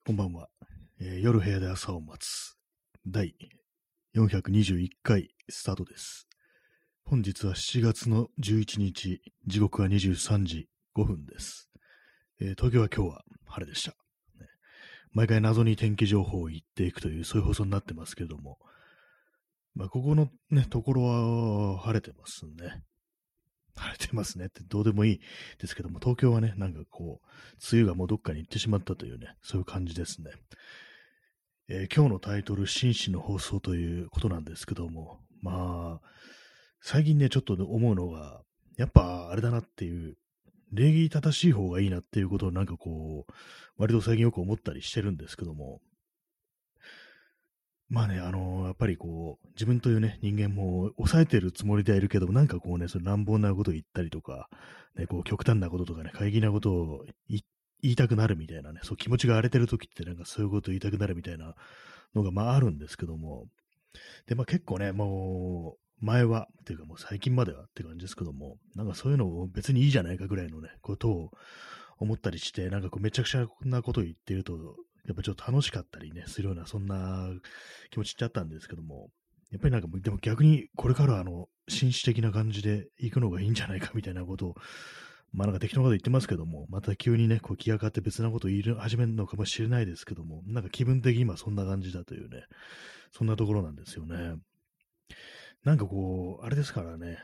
こんばんは。夜部屋で朝を待つ第421回スタートです。本日は7月の11日、時刻は23時5分です。東京は今日は晴れでした。ね、毎回謎に天気情報を言っていくというそういう放送になってますけれども、ここのね、ところは晴れてますね。晴れてますねってどうでもいいですけども、東京はね、なんかこう、梅雨がもうどっかに行ってしまったというね、そういう感じですね。今日のタイトル、紳士の放送ということなんですけども、最近ね、ちょっと思うのが、やっぱあれだなっていう、礼儀正しい方がいいなっていうことをなんかこう、割と最近よく思ったりしてるんですけども、やっぱりこう、自分というね、人間も抑えてるつもりではいるけども、なんかこうね、それ乱暴なことを言ったりとか、ね、こう極端なこととかね、過激なことを言いたくなるみたいなね、そう気持ちが荒れてる時ってなんかそういうことを言いたくなるみたいなのがあるんですけども、で、結構ね、もう、前は、っていうかもう最近まではって感じですけども、なんかそういうのを別にいいじゃないかぐらいのね、ことを思ったりして、なんかこうめちゃくちゃなことを言ってると、やっぱちょっと楽しかったりね、するような、そんな気持ちっちゃったんですけども、やっぱりなんかもう、でも逆にこれからは紳士的な感じで行くのがいいんじゃないかみたいなことを、なんか適当なこと言ってますけども、また急にね、こう気が変わって別なことを言い始めるのかもしれないですけども、なんか気分的に今そんな感じだというね、そんなところなんですよね。なんかこう、あれですからね、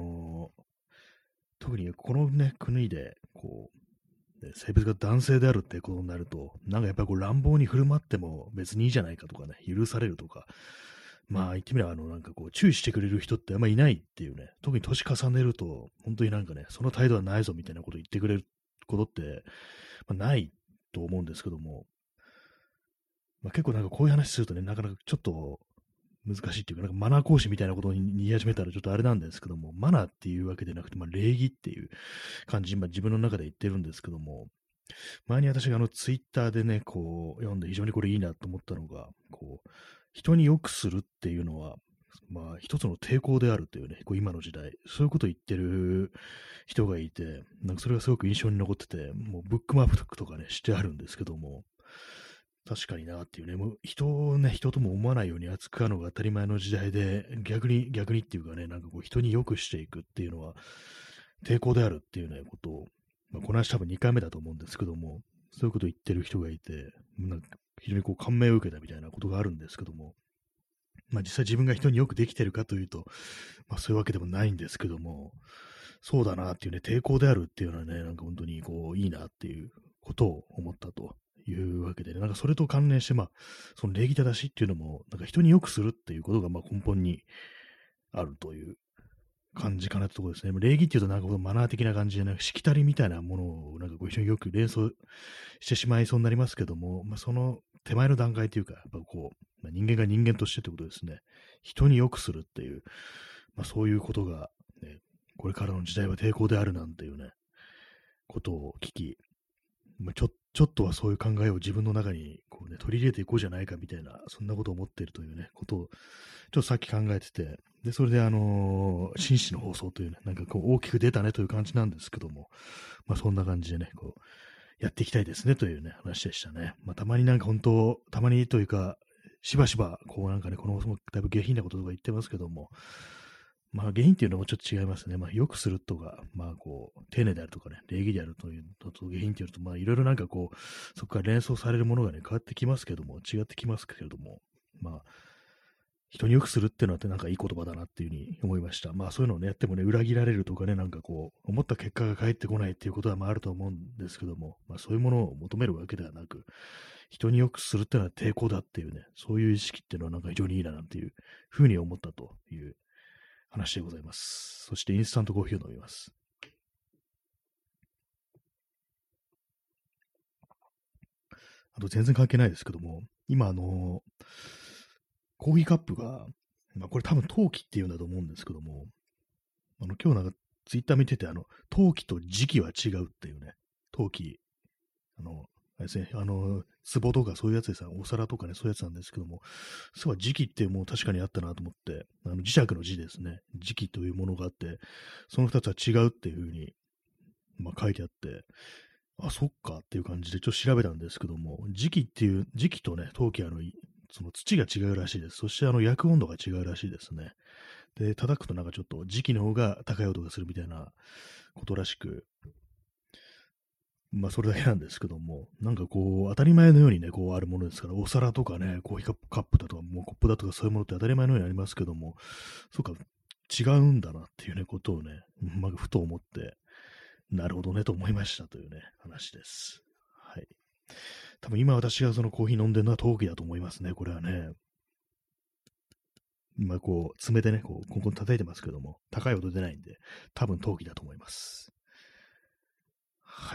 特にこのね、国で、こう、性別が男性であるってことになると、なんかやっぱりこう乱暴に振る舞っても別にいいじゃないかとかね、許されるとか、言ってみれば、なんかこう、注意してくれる人ってあんまいないっていうね、特に年重ねると、本当になんかね、その態度はないぞみたいなことを言ってくれることって、ないと思うんですけども、結構なんかこういう話するとね、なかなかちょっと難しいっていうか、なんかマナー講師みたいなことに言い始めたらちょっとあれなんですけども、マナーっていうわけでなくて、礼儀っていう感じ、自分の中で言ってるんですけども、前に私がツイッターでね、こう、読んで非常にこれいいなと思ったのが、こう、人に良くするっていうのは、一つの抵抗であるというね、こう今の時代、そういうことを言ってる人がいて、なんかそれがすごく印象に残ってて、もうブックマークとかね、してあるんですけども、確かになっていうね、もう人をね、人とも思わないように扱うのが当たり前の時代で、逆にっていうかね、なんかこう人に良くしていくっていうのは抵抗であるっていうね、ことを、この話多分2回目だと思うんですけども、そういうことを言ってる人がいて、なんか非常にこう感銘を受けたみたいなことがあるんですけども、実際自分が人によくできてるかというと、そういうわけでもないんですけども、そうだなっていうね、抵抗であるっていうのはね、なんか本当にこういいなっていうことを思ったというわけでね、なんかそれと関連して、その礼儀正しいっていうのも、なんか人に良くするっていうことが根本にあるという感じかなってところですね。礼儀っていうとなんかこのマナー的な感じで、なんかしきたりみたいなものをなんかこう非常によく連想してしまいそうになりますけども、その手前の段階というか、やっぱこう、人間が人間としてってことですね。人に良くするっていう、そういうことが、ね、これからの時代は抵抗であるなんていうね、ことを聞き、ちょっとはそういう考えを自分の中にこう、ね、取り入れていこうじゃないかみたいな、そんなことを思っているというね、ことを、ちょっとさっき考えてて、で、それで紳士の放送というね、なんかこう大きく出たねという感じなんですけども、そんな感じでね、こう、やっていきたいですねというね、話でしたね。たまになんか本当、たまにというか、しばしば、こうなんかね、この放送もだいぶ下品なこととか言ってますけども、下品っていうのもちょっと違いますね。よくするとか、こう、丁寧であるとかね、礼儀であるというのと、下品っていうのと、いろいろなんかこう、そこから連想されるものがね、変わってきますけども、違ってきますけれども、人に良くするっていうのはなんかいい言葉だなっていうふうに思いました。そういうのをね、やってもね、裏切られるとかね、なんかこう、思った結果が返ってこないっていうことはあると思うんですけども、そういうものを求めるわけではなく、人に良くするっていうのは抵抗だっていうね、そういう意識っていうのはなんか非常にいいななんていうふうに思ったという話でございます。そしてインスタントコーヒーを飲みます。あと全然関係ないですけども、今コーヒーカップが、これ多分陶器っていうんだと思うんですけども、今日なんかツイッター見てて、陶器と時期は違うっていうね、陶器、あれですね、壺とかそういうやつですね、お皿とかね、そういうやつなんですけども、そうは時期ってもう確かにあったなと思って、磁石の字ですね、時期というものがあって、その二つは違うっていうふうに、書いてあって、 あ、そっかっていう感じでちょっと調べたんですけども、時期とね、陶器その土が違うらしいです。そして焼く温度が違うらしいですね。で、叩くとなんかちょっと時期の方が高い音がするみたいなことらしく、まあそれだけなんですけども、なんかこう、当たり前のようにね、こうあるものですから、お皿とかね、コーヒーカップだとか、もうコップだとかそういうものって当たり前のようにありますけども、そうか、違うんだなっていうね、ことをね、まあ、ふと思って、なるほどねと思いましたというね、話です。はい。多分今私がそのコーヒー飲んでるのは陶器だと思いますね、これはね。今こう、爪でね、こう、ここ叩いてますけども、高い音出ないんで、多分陶器だと思います。はい、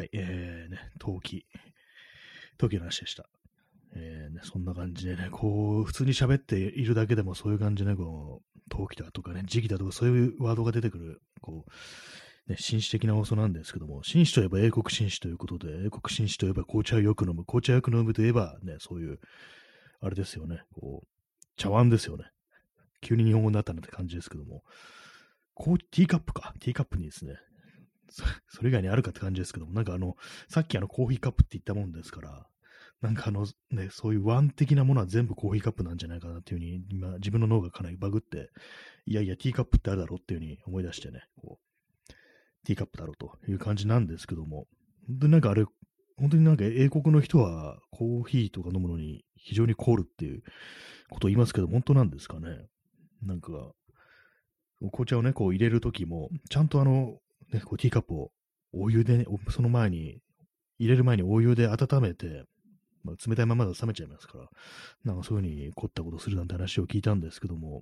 陶器の話でした。そんな感じでね、こう、普通に喋っているだけでもそういう感じでね、こう、陶器だとかね、時期だとかそういうワードが出てくる、こう、ね、紳士的な放送なんですけども、紳士といえば英国紳士ということで、英国紳士といえば紅茶をよく飲む、紅茶をよく飲むといえばね、そういう、あれですよね、こう、茶碗ですよね。急に日本語になったなって感じですけども、ティーカップか。ティーカップにですね、それ以外にあるかって感じですけども、なんかさっきコーヒーカップって言ったもんですから、なんかね、そういうワン的なものは全部コーヒーカップなんじゃないかなっていうふうに、今、自分の脳がかなりバグって、いやいや、ティーカップってあるだろうっていうふうに思い出してね、こう、ティーカップだろうという感じなんですけども、本当になんかあれ、本当になんか英国の人はコーヒーとか飲むのに非常に凍るっていうことを言いますけど、本当なんですかね。なんか、紅茶をね、こう入れるときも、ちゃんとね、こうティーカップをお湯でね、その前に、入れる前にお湯で温めて、まあ、冷たいままだと冷めちゃいますから、なんかそういう風に凝ったことするなんて話を聞いたんですけども、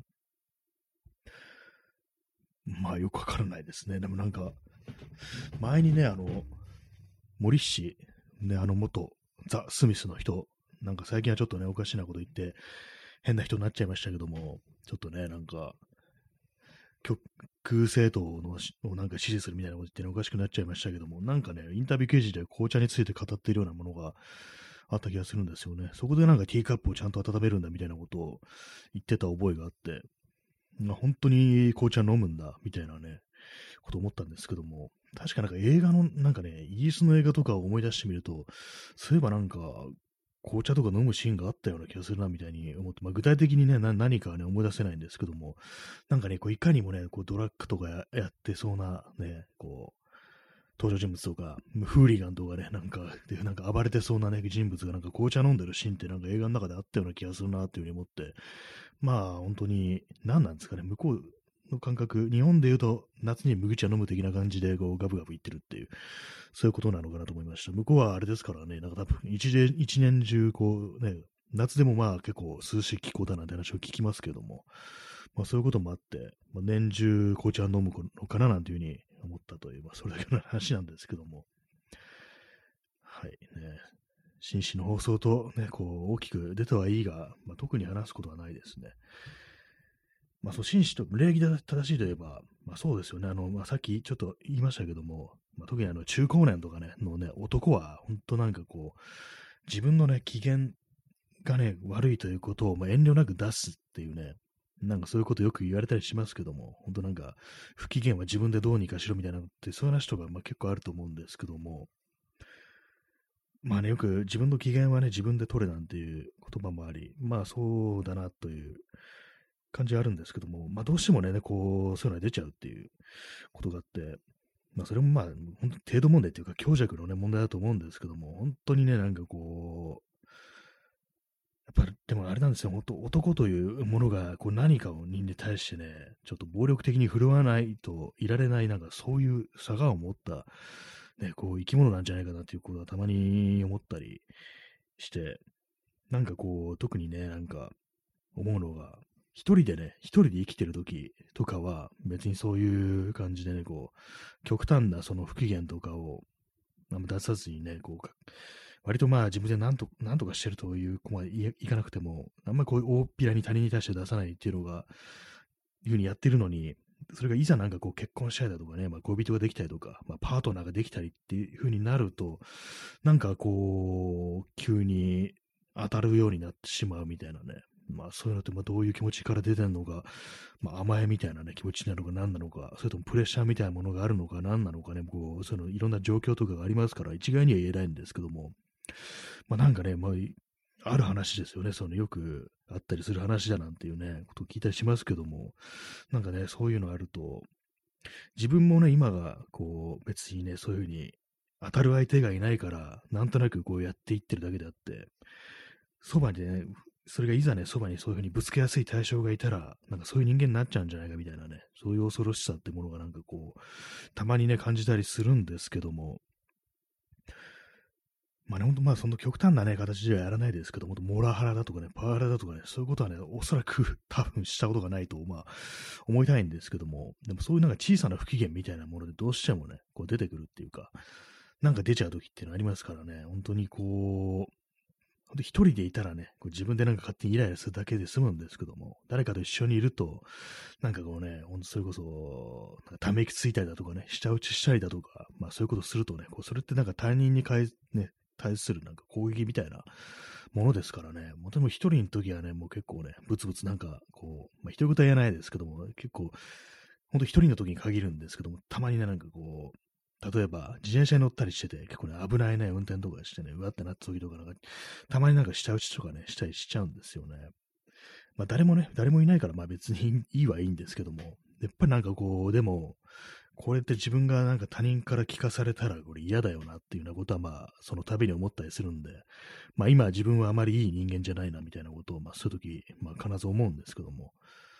まあよくわからないですね。でもなんか、前にね、森氏、ね、元ザ・スミスの人、なんか最近はちょっとね、おかしなこと言って、変な人になっちゃいましたけども、ちょっとね、なんか、極右政党をなんか支持するみたいなこと言ってね、おかしくなっちゃいましたけども、なんかね、インタビュー記事で紅茶について語っているようなものがあった気がするんですよね。そこでなんかティーカップをちゃんと温めるんだみたいなことを言ってた覚えがあって、まあ、本当に紅茶飲むんだみたいなね、こと思ったんですけども、確かなんか映画の、なんかね、イギリスの映画とかを思い出してみると、そういえばなんか、紅茶とか飲むシーンがあったような気がするなみたいに思って、まあ、具体的にね、何かはね、思い出せないんですけども、なんかね、こういかにもね、こうドラッグとかやってそうなね、こう、登場人物とか、フーリガンとかね、なんか暴れてそうなね、人物がなんか紅茶飲んでるシーンってなんか映画の中であったような気がするなっていうふうに思って、まあ本当に、何なんですかね、向こうの感覚、日本で言うと夏に麦茶飲む的な感じでこうガブガブいってるっていう、そういうことなのかなと思いました。向こうはあれですからね、なんか多分一年中こうね、夏でもまあ結構涼しい気候だなんて話を聞きますけども、まあそういうこともあって、まあ、年中紅茶飲むのかななんていうふうに思ったという、まあそれだけの話なんですけども、はいね。紳士の放送とね、こう大きく出てはいいが、まあ、特に話すことはないですね。まあ、そう、紳士と礼儀正しいといえば、まあ、そうですよね。まあ、さっきちょっと言いましたけども、まあ、特に中高年とかね、のね、男は、本当なんかこう、自分のね、機嫌がね、悪いということを、まあ、遠慮なく出すっていうね、なんかそういうことよく言われたりしますけども、本当なんか、不機嫌は自分でどうにかしろみたいなのって、そういう話とか、まあ、結構あると思うんですけども、まあね、よく自分の機嫌はね、自分で取れなんていう言葉もあり、まあそうだなという感じはあるんですけども、まあどうしてもね、こう、そういうのが出ちゃうっていうことがあって、まあそれもまあ、本当程度問題っていうか強弱のね、問題だと思うんですけども、本当にね、なんかこう、やっぱり、でもあれなんですよ、本当男というものが、こう何かに対してね、ちょっと暴力的に振るわないといられない、なんかそういう差がを持った、ね、こう生き物なんじゃないかなということはたまに思ったりして、なんかこう、特にね、なんか思うのが、一人で生きてる時とかは、別にそういう感じでね、こう、極端なその不機嫌とかを、あんま出さずにね、こう、割とまあ自分でなんとかしてるという子はいかなくても、あんまりこう大っぴらに他人に対して出さないっていうのが、いうふうにやってるのに、それがいざなんかこう結婚したりだとかね、まあ恋人ができたりとか、まあパートナーができたりっていうふうになると、なんかこう、急に当たるようになってしまうみたいなね。 まあそういうのってどういう気持ちから出てるのか、甘えみたいなね、気持ちなのか何なのか、それともプレッシャーみたいなものがあるのか何なのかね、そのいろんな状況とかがありますから、一概には言えないんですけども、なんかね、ある話ですよね。そのよくあったりする話だなんていうね、ことを聞いたりしますけども、なんかね、そういうのあると、自分もね、今が別にね、そういうふうに当たる相手がいないから、なんとなくやっていってるだけであって、そばでね、それがいざね、そばにそういうふうにぶつけやすい対象がいたら、なんかそういう人間になっちゃうんじゃないかみたいなね、そういう恐ろしさってものがなんかたまにね、感じたりするんですけども、ね、本当その極端なね、形ではやらないですけども、モラハラだとかね、パワハラだとかね、そういうことはね、おそらく多分したことがないと、思いたいんですけども、でもそういうなんか小さな不機嫌みたいなものでどうしてもね、出てくるっていうか、なんか出ちゃう時っていうのありますからね、本当に本当一人でいたらね、自分でなんか勝手にイライラするだけで済むんですけども、誰かと一緒にいると、なんかほんとそれこそ、なんかため息ついたりだとかね、舌打ちしたりだとか、そういうことするとね、それってなんか他人にね、対するなんか攻撃みたいなものですからね、もうでも一人の時はね、もう結構ね、ブツブツなんか一人言は言えないですけども、結構、ほんと一人の時に限るんですけども、たまにね、なんか例えば自転車に乗ったりしてて、結構ね、危ないね、運転とかしてね、うわってなった時とか、なんか、たまになんか舌打ちとかね、したりしちゃうんですよね。誰もいないから、別にいいはいいんですけども、やっぱりなんかでも、これって自分がなんか他人から聞かされたらこれ嫌だよなっていうようなことはその度に思ったりするんで、今自分はあまりいい人間じゃないなみたいなことをそういう時、必ず思うんですけども、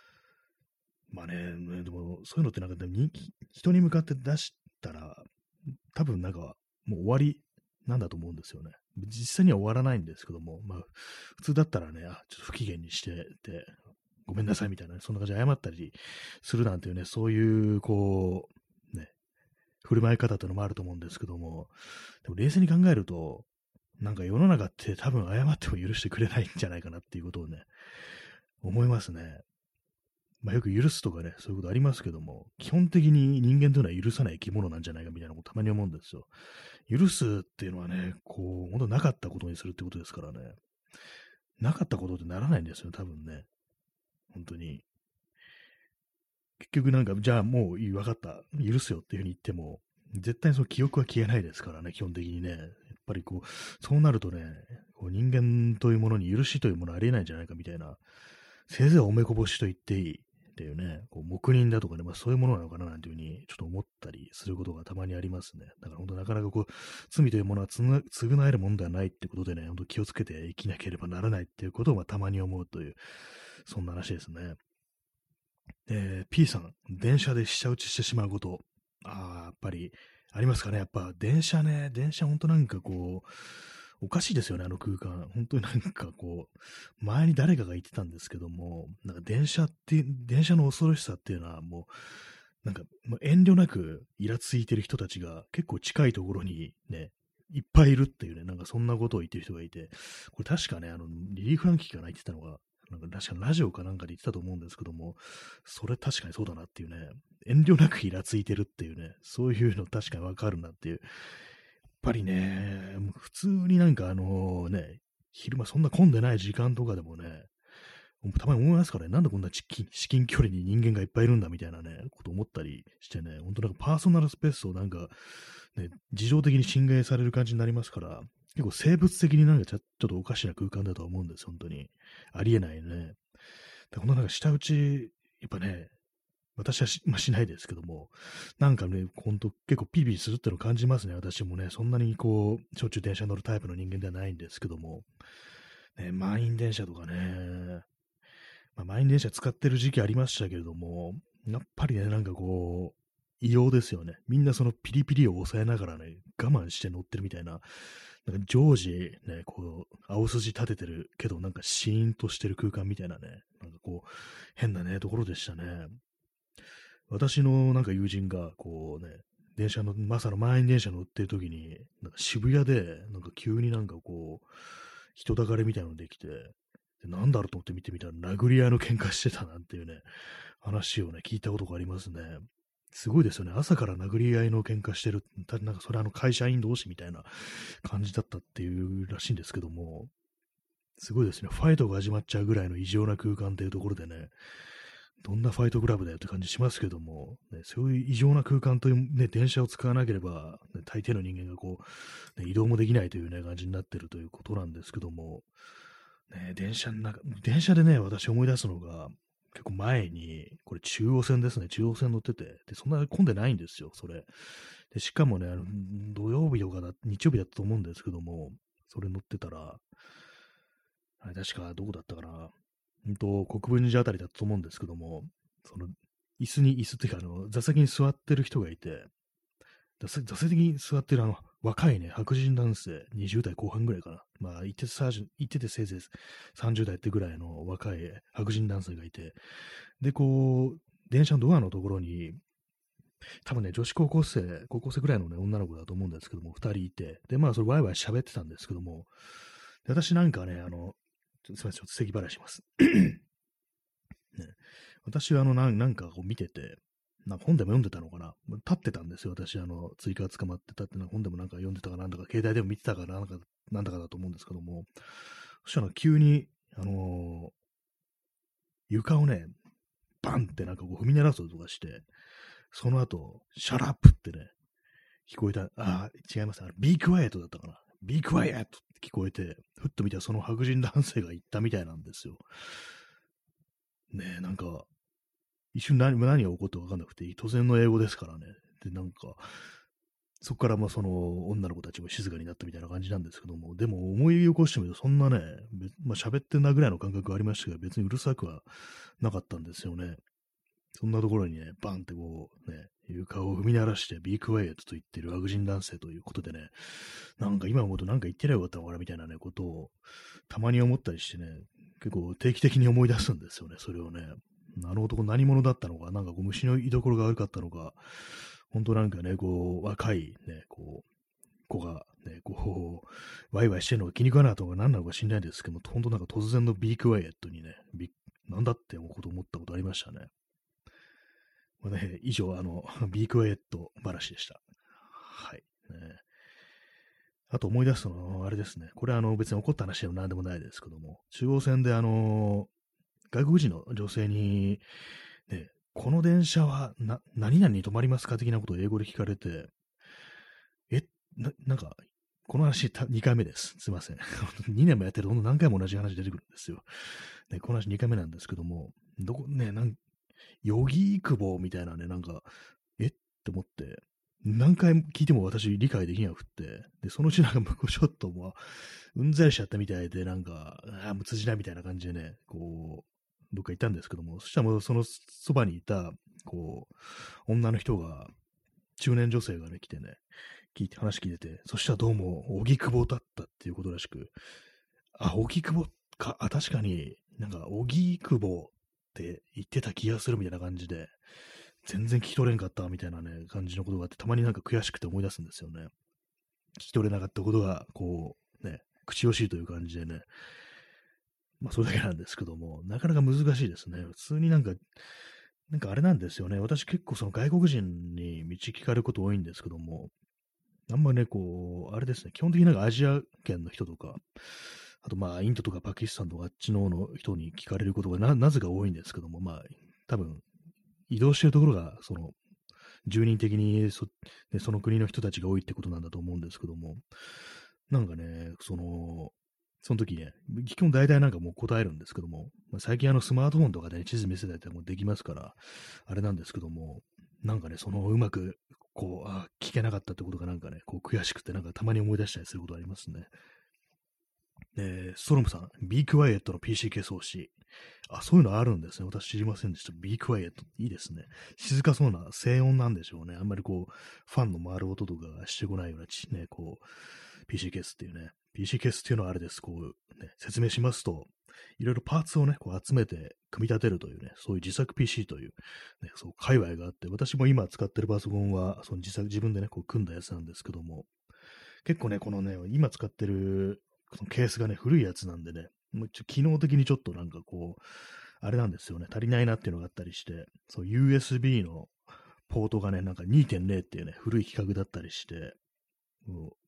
でもそういうのってなんか人に向かって出したら、多分なんかもう終わりなんだと思うんですよね。実際には終わらないんですけども、普通だったらね、ちょっと不機嫌にしてて、ごめんなさいみたいな、そんな感じで謝ったりするなんていうね、そういうね、振る舞い方っていうのもあると思うんですけども、でも冷静に考えると、なんか世の中って多分謝っても許してくれないんじゃないかなっていうことをね、思いますね。よく許すとかね、そういうことありますけども、基本的に人間というのは許さない生き物なんじゃないかみたいなことたまに思うんですよ。許すっていうのはね、本当なかったことにするってことですからね。なかったことってならないんですよ、多分ね。本当に。結局なんか、じゃあもういい、わかった、許すよっていうふうに言っても、絶対その記憶は消えないですからね、基本的にね。やっぱりそうなるとね、人間というものに許しというものはありえないんじゃないかみたいな、せいぜいおめこぼしと言っていいっていうね、黙認だとかね、そういうものなのかななんていうふうにちょっと思ったりすることがたまにありますね。だから本当なかなか罪というものは償えるものではないってことでね、本当気をつけて生きなければならないっていうことをたまに思うという、そんな話ですね。P さん、電車で舌打ちしてしまうこと。やっぱりありますかね。やっぱ電車ね、電車本当なんかおかしいですよね、あの空間。本当になんか前に誰かが言ってたんですけども、なんか電車の恐ろしさっていうのはなんかもう遠慮なくイラついてる人たちが結構近いところにね、いっぱいいるっていうね、なんかそんなことを言ってる人がいて、これ確かね、リリー・フランキーが言ってたのが、なんか確かラジオかなんかで言ってたと思うんですけども、それ確かにそうだなっていうね、遠慮なくイラついてるっていうね、そういうの確かにわかるなっていう。やっぱりね、普通になんかね、昼間そんな混んでない時間とかでもね、たまに思いますからね、なんでこんな至近距離に人間がいっぱいいるんだみたいなね、こと思ったりしてね、本当なんかパーソナルスペースをなんか、ね、自動的に侵害される感じになりますから、結構生物的になんかちょっとおかしな空間だとは思うんです、本当に。ありえないね。で、このなんか舌打ち、やっぱね、私はしないですけども、なんかね、ほんと結構ピリピリするってのを感じますね、私もね。そんなにしょっちゅう電車乗るタイプの人間ではないんですけども、ね、満員電車とかね、満員電車使ってる時期ありましたけれども、やっぱりね、なんか異様ですよね。みんなそのピリピリを抑えながらね、我慢して乗ってるみたいな、なんか常時ね、青筋立ててるけど、なんかシーンとしてる空間みたいなね、なんか変なね、ところでしたね。私のなんか友人が、朝の満員電車乗ってる時に、なんか渋谷で、なんか急になんか人だかれみたいなのできて、でなんだろうと思って見てみたら、殴り合いの喧嘩してたなんていうね、話をね、聞いたことがありますね。すごいですよね。朝から殴り合いの喧嘩してる。なんかそれ会社員同士みたいな感じだったっていうらしいんですけども、 すごいですね。ファイトが始まっちゃうぐらいの異常な空間っていうところでね、どんなファイトクラブだよって感じしますけども、ね、そういう異常な空間という、ね、電車を使わなければ、ね、大抵の人間がこう、ね、移動もできないという、ね、感じになってるということなんですけども、ね、電車でね、私思い出すのが、結構前に、これ中央線ですね、中央線乗ってて、で、そんな混んでないんですよ、それ。で、しかもね、土曜日とか日曜日だったと思うんですけども、それ乗ってたら、あれ確かどこだったかな、国分寺あたりだったと思うんですけども、その、椅子っていうか、座席に座ってる人がいて、座席に座ってる若いね、白人男性、20代後半ぐらいかな。まあ、言っててせいぜい30代ってぐらいの若い白人男性がいて、で、こう、電車のドアのところに、多分ね、女子高校生ぐらいのね、女の子だと思うんですけども、二人いて、で、まあ、それワイワイ喋ってたんですけども、で私なんかね、すみません、ちょっと咳払いします。ね、私はなんかこう見てて、なんか本でも読んでたのかな。立ってたんですよ、私、追加捕まってたってのは本でもなんか読んでたかなんだか、携帯でも見てたかなんだかだと思うんですけども、そしたら急に、床をね、バンってなんかこう踏み鳴らす音がして、その後、シャラップってね、聞こえた、違います。ビークワイエットだったかな。ビークワイエットって聞こえて、ふっと見たらその白人男性が言ったみたいなんですよ。ねえ、なんか、一瞬何が起こって分かんなくて、突然の英語ですからね。で、なんか、そこからまあその女の子たちも静かになったみたいな感じなんですけども、でも思い起こしてみるとそんなね、まあ喋ってんなぐらいの感覚がありましたけど、別にうるさくはなかったんですよね。そんなところにね、バンってこうね、床を踏み鳴らして、ビークワイエットと言ってる白人男性ということでね、なんか今思うとなんか言ってりゃよかったのかなみたいなね、ことをたまに思ったりしてね、結構定期的に思い出すんですよね、それをね。あの男何者だったのか、なんかこう虫の居所が悪かったのか、本当なんかね、こう、若いね、こう、子がね、こう、ワイワイしてるのが気に食わなかったのか何なのか知んないですけども、本当なんか突然のビークワイエットにね、なんだって思ったことありましたね。まあね、以上、ビークワイエット話でした。はい。ね、あと思い出すのは、あれですね。これ別に怒った話でも何でもないですけども、中央線で外国人の女性に、ね、この電車は何々に止まりますか的なことを英語で聞かれて、え、なんか、この話2回目です。すいません。2年もやってると何回も同じ話出てくるんですよ。ね、この話2回目なんですけども、ヨギ久保みたいなね、なんか、って思って、何回聞いても私理解できなくって、で、そのうちなんか向こうちょっともう、うんざりしちゃったみたいで、なんか、もう通じないみたいな感じでね、こう、どっか行ったんですけども、そしたらもうそのそばにいた、こう、女の人が、中年女性がね、来てね、話聞いてて、そしたらどうも、荻窪だったっていうことらしく、荻窪か、確かになんか、荻窪って言ってた気がするみたいな感じで、全然聞き取れんかったみたいなね、感じのことがあって、たまになんか悔しくて思い出すんですよね。聞き取れなかったことが、こう、ね、口惜しいという感じでね、まあ、それだけなんですけども、なかなか難しいですね。普通になんかあれなんですよね。私結構その外国人に道聞かれること多いんですけども、あんまね、こう、あれですね、基本的になんかアジア圏の人とか、あとまあ、インドとかパキスタンとかあっちの方の人に聞かれることがなぜか多いんですけども、まあ、多分、移動してるところが、住人的にね、その国の人たちが多いってことなんだと思うんですけども、なんかね、その時ね、基本大体なんかもう答えるんですけども、まあ、最近スマートフォンとかで、ね、地図見せたりとかもできますから、あれなんですけども、なんかね、うまく、こう、聞けなかったってことがなんかね、こう悔しくて、なんかたまに思い出したりすることありますね。ストロムさん、Be Quiet の PC 消そうし、そういうのあるんですね。私知りませんでした。Be Quiet。いいですね。静かそうな静音なんでしょうね。あんまりこう、ファンの回る音とかがしてこないようなね、こう、PC ケースっていうね。PC ケースっていうのはあれです。こう、ね、説明しますと、いろいろパーツをね、こう集めて組み立てるというね、そういう自作 PC という、ね、そう、界隈があって、私も今使ってるパソコンは、その自分でね、こう組んだやつなんですけども、結構ね、このね、今使ってるこのケースがね、古いやつなんでね、もう機能的にちょっとなんかこう、あれなんですよね、足りないなっていうのがあったりして、そう、USB のポートがね、なんか2.0っていうね、古い規格だったりして、もう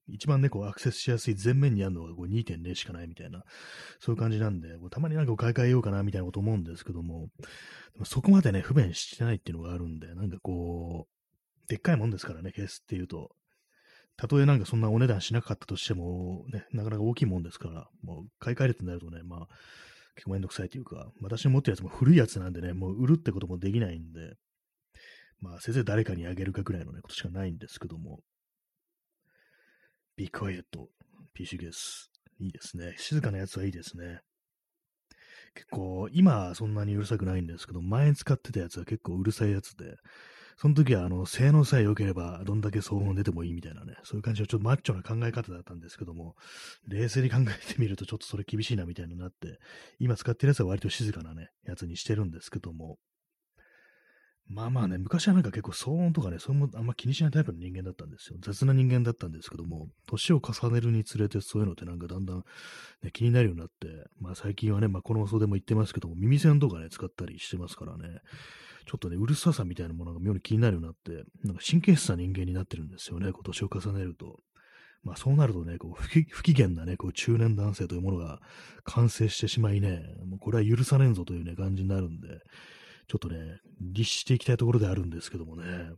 一番ね、こうアクセスしやすい前面にあるのがこう2.0しかないみたいな、そういう感じなんで、たまになんか買い替えようかなみたいなこと思うんですけども、でもそこまでね、不便してないっていうのがあるんで、なんかこう、でっかいもんですからね、ケースっていうと。たとえなんかそんなお値段しなかったとしても、ね、なかなか大きいもんですから、もう買い替えるってなるとね、まあ、結構めんどくさいというか、私の持ってるやつも古いやつなんでね、もう売るってこともできないんで、まあ、せいぜい誰かにあげるかぐらいのね、ことしかないんですけども、Be Quiet PC ケース。いいですね。静かなやつはいいですね。結構、今はそんなにうるさくないんですけど、前使ってたやつは結構うるさいやつで、その時は、性能さえ良ければ、どんだけ騒音出てもいいみたいなね、そういう感じのちょっとマッチョな考え方だったんですけども、冷静に考えてみるとちょっとそれ厳しいなみたいになって、今使ってるやつは割と静かなね、やつにしてるんですけども、まあまあね、昔はなんか結構騒音とかね、そういうもあんま気にしないタイプの人間だったんですよ。雑な人間だったんですけども、年を重ねるにつれてそういうのってなんかだんだん、ね、気になるようになって、まあ最近はね、まあこの放送でも言ってますけども、耳栓とかね、使ったりしてますからね、ちょっとね、うるささみたいなものが妙に気になるようになって、なんか神経質な人間になってるんですよね、こう年を重ねると。まあそうなるとね、こう不機嫌なね、こう中年男性というものが完成してしまいね、もうこれは許されんぞというね、感じになるんで、ちょっとね、律していきたいところであるんですけどもね、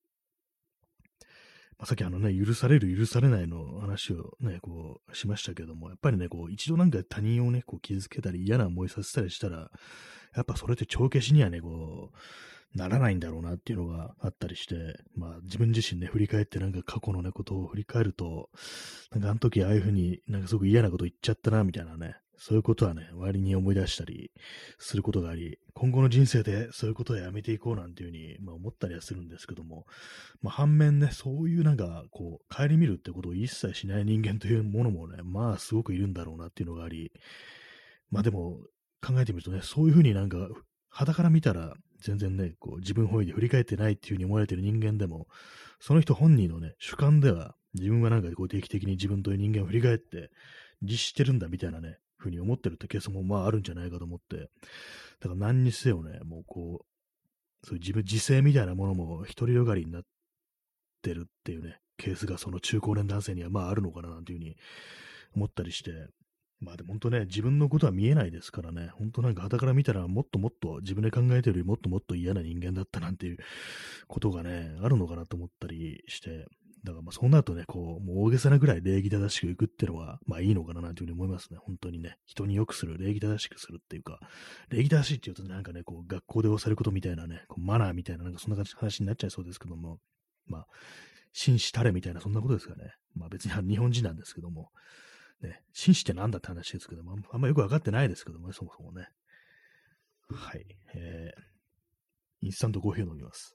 まあ、さっきね、許される、許されないの話をね、こう、しましたけども、やっぱりね、こう、一度なんか他人をね、こう、傷つけたり、嫌な思いさせたりしたら、やっぱそれって帳消しにはね、こう、ならないんだろうなっていうのがあったりして、まあ、自分自身ね、振り返ってなんか過去のね、ことを振り返ると、なんかあの時ああいうふうになんかすごく嫌なこと言っちゃったな、みたいなね、そういうことはね、割に思い出したりすることがあり、今後の人生でそういうことをやめていこうなんていうふうに、まあ、思ったりはするんですけども、まあ、反面ね、そういうなんか、こう、顧みるってことを一切しない人間というものもね、まあ、すごくいるんだろうなっていうのがあり、まあでも、考えてみるとね、そういうふうになんか、傍から見たら、全然ね、こう、自分本位で振り返ってないっていうふうに思われてる人間でも、その人本人のね、主観では、自分はなんかこう定期的に自分という人間を振り返って、律してるんだみたいなね、ふうに思ってるってケースもまああるんじゃないかと思って、だから何にせよね、もうこう、そういう自制みたいなものも独りよがりになってるっていうね、ケースがその中高年男性にはまああるのかななんていうふうに思ったりして、まあでも本当ね、自分のことは見えないですからね、本当なんか傍から見たらもっともっと自分で考えてるよりもっともっと嫌な人間だったなんていうことがね、あるのかなと思ったりして、だからまあそうなるとね、こう、もう大げさなぐらい礼儀正しくいくっていうのは、まあいいのかななんていうふうに思いますね。本当にね、人に良くする、礼儀正しくするっていうか、礼儀正しいっていうとなんかね、こう、学校で教わることみたいなね、こうマナーみたいな、なんかそんな感じの話になっちゃいそうですけども、まあ、紳士たれみたいな、そんなことですかね。まあ別に日本人なんですけども、ね、紳士ってなんだって話ですけども、あんまよくわかってないですけどもね、そもそもね。はい。インスタントコーヒーを飲みます。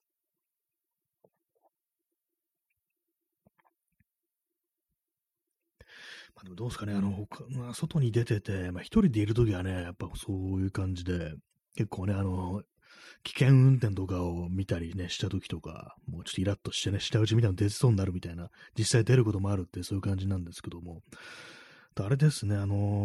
まあ、でもどうですかね、まあ、外に出てて、まあ、一人でいるときはね、やっぱそういう感じで、結構ね、危険運転とかを見たりね、したときとか、もうちょっとイラッとしてね、舌打ちみたいなの出そうになるみたいな、実際出ることもあるってそういう感じなんですけども、あれですね、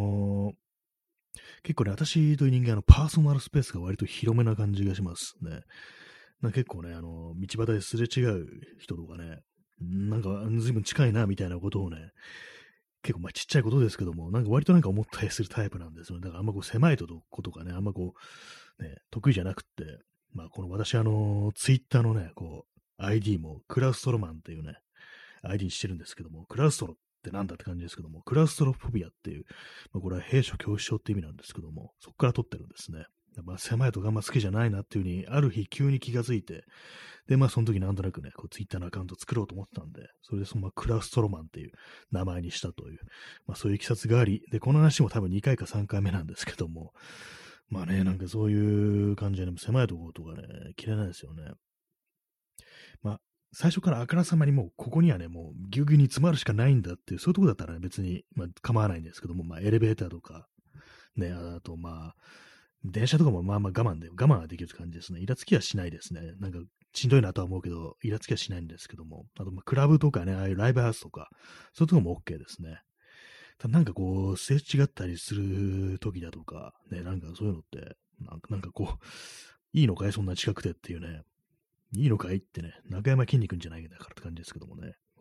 結構ね、私という人間、パーソナルスペースが割と広めな感じがしますね。結構ね、道端ですれ違う人とかね、なんか、ずいぶん近いな、みたいなことをね、結構まあちっちゃいことですけども、なんか割となんか思ったりするタイプなんですよね。だからあんまこう狭いとことかね、あんまこう、ね、得意じゃなくって、まあこの私ツイッターのね、こう、ID もクラウストロマンっていうね、ID にしてるんですけども、クラウストロってなんだって感じですけども、クラウストロフォビアっていう、まあ、これは兵所恐怖症って意味なんですけども、そこから取ってるんですね。まあ、狭いとかあんま好きじゃないなっていうふうに、ある日急に気がついて、で、まあ、その時なんとなくね、こう、ツイッターのアカウント作ろうと思ってたんで、それでまあ、クラウストロマンっていう名前にしたという、まあ、そういう経緯があり、で、この話も多分2回か3回目なんですけども、まあね、なんかそういう感じで、ね、狭いところとかね、嫌いなんですよね。まあ、最初からあからさまにもう、ここにはね、もう、ぎゅうぎゅうに詰まるしかないんだっていう、そういうとこだったらね、別に、まあ、構わないんですけども、まあ、エレベーターとか、ね、あと、まあ、電車とかもまあまあ我慢はできる感じですね。イラつきはしないですね。なんか、しんどいなとは思うけど、イラつきはしないんですけども、あと、まあ、クラブとかね、ああいうライブハウスとか、そういうとこも OK ですね。ただなんかこう、すれ違ったりする時だとか、ね、なんかそういうのって、なんかこう、いいのかいそんな近くてっていうね、いいのかいってね、中山きんに君じゃないんだからって感じですけどもね。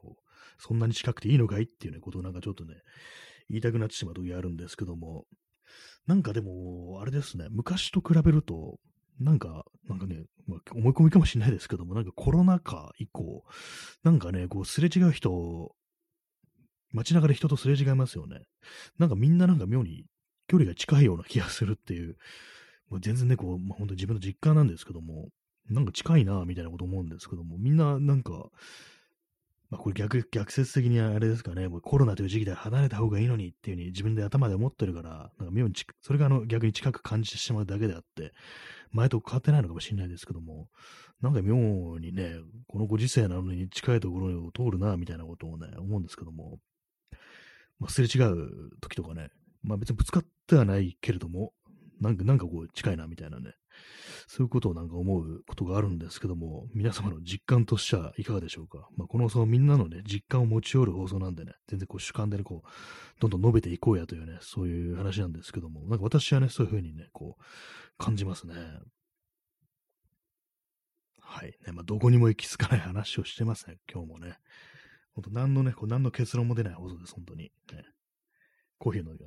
そんなに近くていいのかいっていうね、ことをなんかちょっとね、言いたくなってしまう時があるんですけども、なんかでも、あれですね、昔と比べると、なんかね、まあ、思い込みかもしれないですけども、なんかコロナ禍以降、なんかね、こう、すれ違う人、街中で人とすれ違いますよね。なんかみんななんか妙に距離が近いような気がするっていう、もう全然ね、こう、まあ、本当自分の実感なんですけども、なんか近いな、みたいなこと思うんですけども、みんななんか、まあこれ逆説的にあれですかね、もうコロナという時期で離れた方がいいのにっていう風に自分で頭で思ってるから、なんか妙にそれが逆に近く感じてしまうだけであって、前と変わってないのかもしれないですけども、なんか妙にね、このご時世なのに近いところを通るな、みたいなことをね、思うんですけども、まあ、すれ違う時とかね、まあ別にぶつかってはないけれども、なんかこう近いなみたいなね、そういうことをなんか思うことがあるんですけども、皆様の実感としてはいかがでしょうか。まあ、この放送みんなのね、実感を持ち寄る放送なんでね、全然こう主観でね、こう、どんどん述べていこうやというね、そういう話なんですけども、なんか私はね、そういうふうにね、こう、感じますね。はい。ね、まあ、どこにも行き着かない話をしてますね、今日もね。ほんと、何の結論も出ない放送です、本当に。ね、コーヒーを飲みます。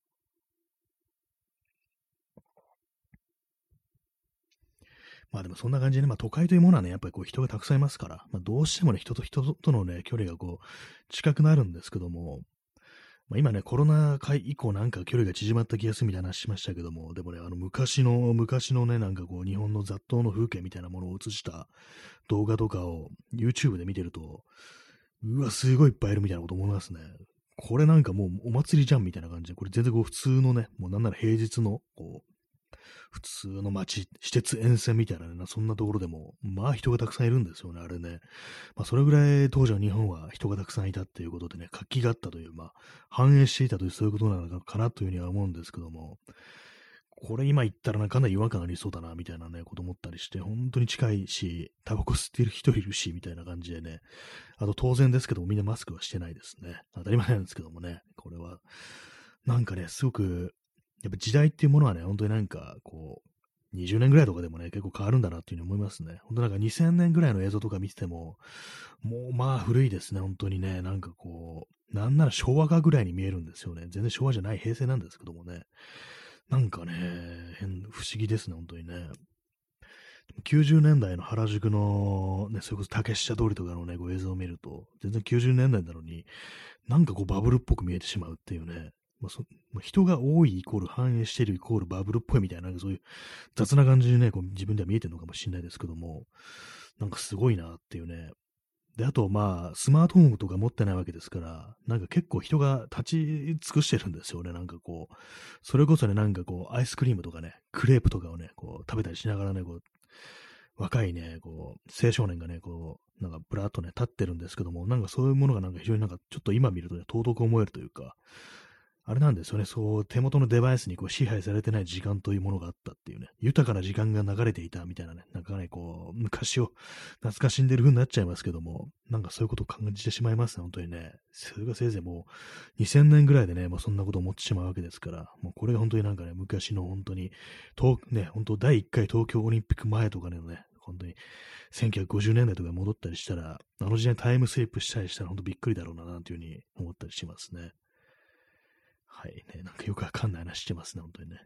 まあでもそんな感じでね、まあ都会というものはね、やっぱりこう人がたくさんいますから、まあどうしてもね、人と人とのね、距離がこう、近くなるんですけども、まあ今ね、コロナ禍以降なんか距離が縮まった気がするみたいな話しましたけども、でもね、昔のね、なんかこう日本の雑踏の風景みたいなものを映した動画とかを YouTube で見てると、うわ、すごいいっぱいいるみたいなこと思いますね。これなんかもうお祭りじゃんみたいな感じで、これ全然こう普通のね、もうなんなら平日のこう普通の街、私鉄沿線みたいなね、そんなところでも、まあ人がたくさんいるんですよね、あれね。まあそれぐらい当時の日本は人がたくさんいたっていうことでね、活気があったという、まあ繁栄していたというそういうことなのかなというふうには思うんですけども、これ今言ったらかなり違和感ありそうだな、みたいなね、こと思ったりして、本当に近いし、タバコ吸ってる人いるし、みたいな感じでね、あと当然ですけども、みんなマスクはしてないですね。当たり前なんですけどもね、これは。なんかね、すごく、やっぱ時代っていうものはね、本当になんか、こう、20年ぐらいとかでもね、結構変わるんだなっていうふうに思いますね。本当なんか2000年ぐらいの映像とか見てても、もうまあ古いですね、本当にね。なんかこう、なんなら昭和かぐらいに見えるんですよね。全然昭和じゃない平成なんですけどもね。なんかね、不思議ですね、本当にね。90年代の原宿の、ね、それこそ竹下通りとかのね、こう映像を見ると、全然90年代なのに、なんかこうバブルっぽく見えてしまうっていうね。まあ、人が多いイコール繁栄しているイコールバブルっぽいみたいな、なんかそういう雑な感じにね、こう自分では見えてるのかもしれないですけども、なんかすごいなっていうね。で、あとまあ、スマートフォンとか持ってないわけですから、なんか結構人が立ち尽くしてるんですよね。なんかこう、それこそね、なんかこう、アイスクリームとかね、クレープとかをね、こう、食べたりしながらね、こう、若いね、こう、青少年がね、こう、なんかブラーっとね、立ってるんですけども、なんかそういうものがなんか非常になんかちょっと今見るとね、尊く思えるというか、あれなんですよね、そう、手元のデバイスにこう支配されてない時間というものがあったっていうね、豊かな時間が流れていたみたいなね、なんかね、こう、昔を懐かしんでる風になっちゃいますけども、なんかそういうことを感じてしまいますね、本当にね。それがせいぜいもう2000年ぐらいでね、もうそんなことを思ってしまうわけですから、もうこれが本当になんかね、昔の本当に、本当第1回東京オリンピック前とかのね、本当に1950年代とかに戻ったりしたら、あの時代にタイムスリップしたりしたら本当びっくりだろうな、なんていうふうに思ったりしますね。はいね、なんかよくわかんない話してますね、本当にね。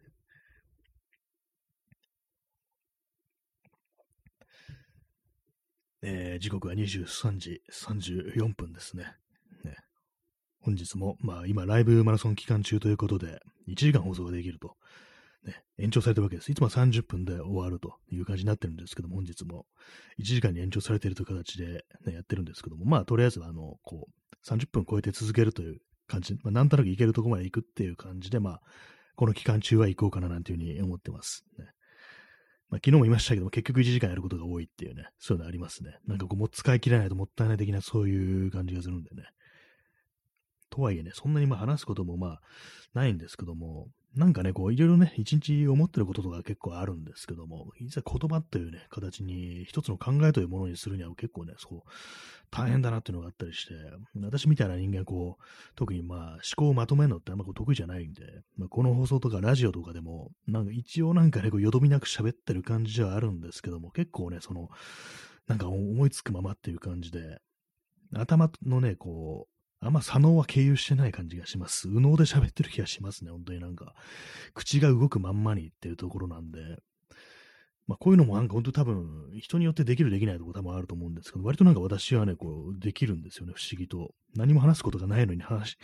時刻は23時34分ですね。ね、本日も、まあ今ライブマラソン期間中ということで、1時間放送ができると、ね、延長されてるわけです。いつもは30分で終わるという感じになってるんですけども、本日も1時間に延長されているという形で、ね、やってるんですけども、まあとりあえずはこう、30分超えて続けるという感じ、まあなんとなく行けるところまで行くっていう感じで、まあ、この期間中は行こうかななんていうふうに思ってます。ね、まあ、昨日も言いましたけども、結局1時間やることが多いっていうね、そういうのありますね。なんかこう、もう使い切らないともったいない的なそういう感じがするんでね。とはいえね、そんなにまあ話すこともまあないんですけども、なんかね、こういろいろね、一日思ってることとか結構あるんですけども、いざ言葉というね、形に一つの考えというものにするには結構ね、そう、大変だなっていうのがあったりして、私みたいな人間、こう、特にまあ思考をまとめるのってあんまこう得意じゃないんで、まあ、この放送とかラジオとかでも、なんか一応なんかね、こうよどみなく喋ってる感じではあるんですけども、結構ね、なんか思いつくままっていう感じで、 頭のね、あんま左脳は経由してない感じがします。右脳で喋ってる気がしますね、本当になんか。口が動くまんまにっていうところなんで、まあこういうのもなんか本当多分、人によってできるできないところ多分あると思うんですけど、割となんか私はね、できるんですよね、不思議と。何も話すことがないのに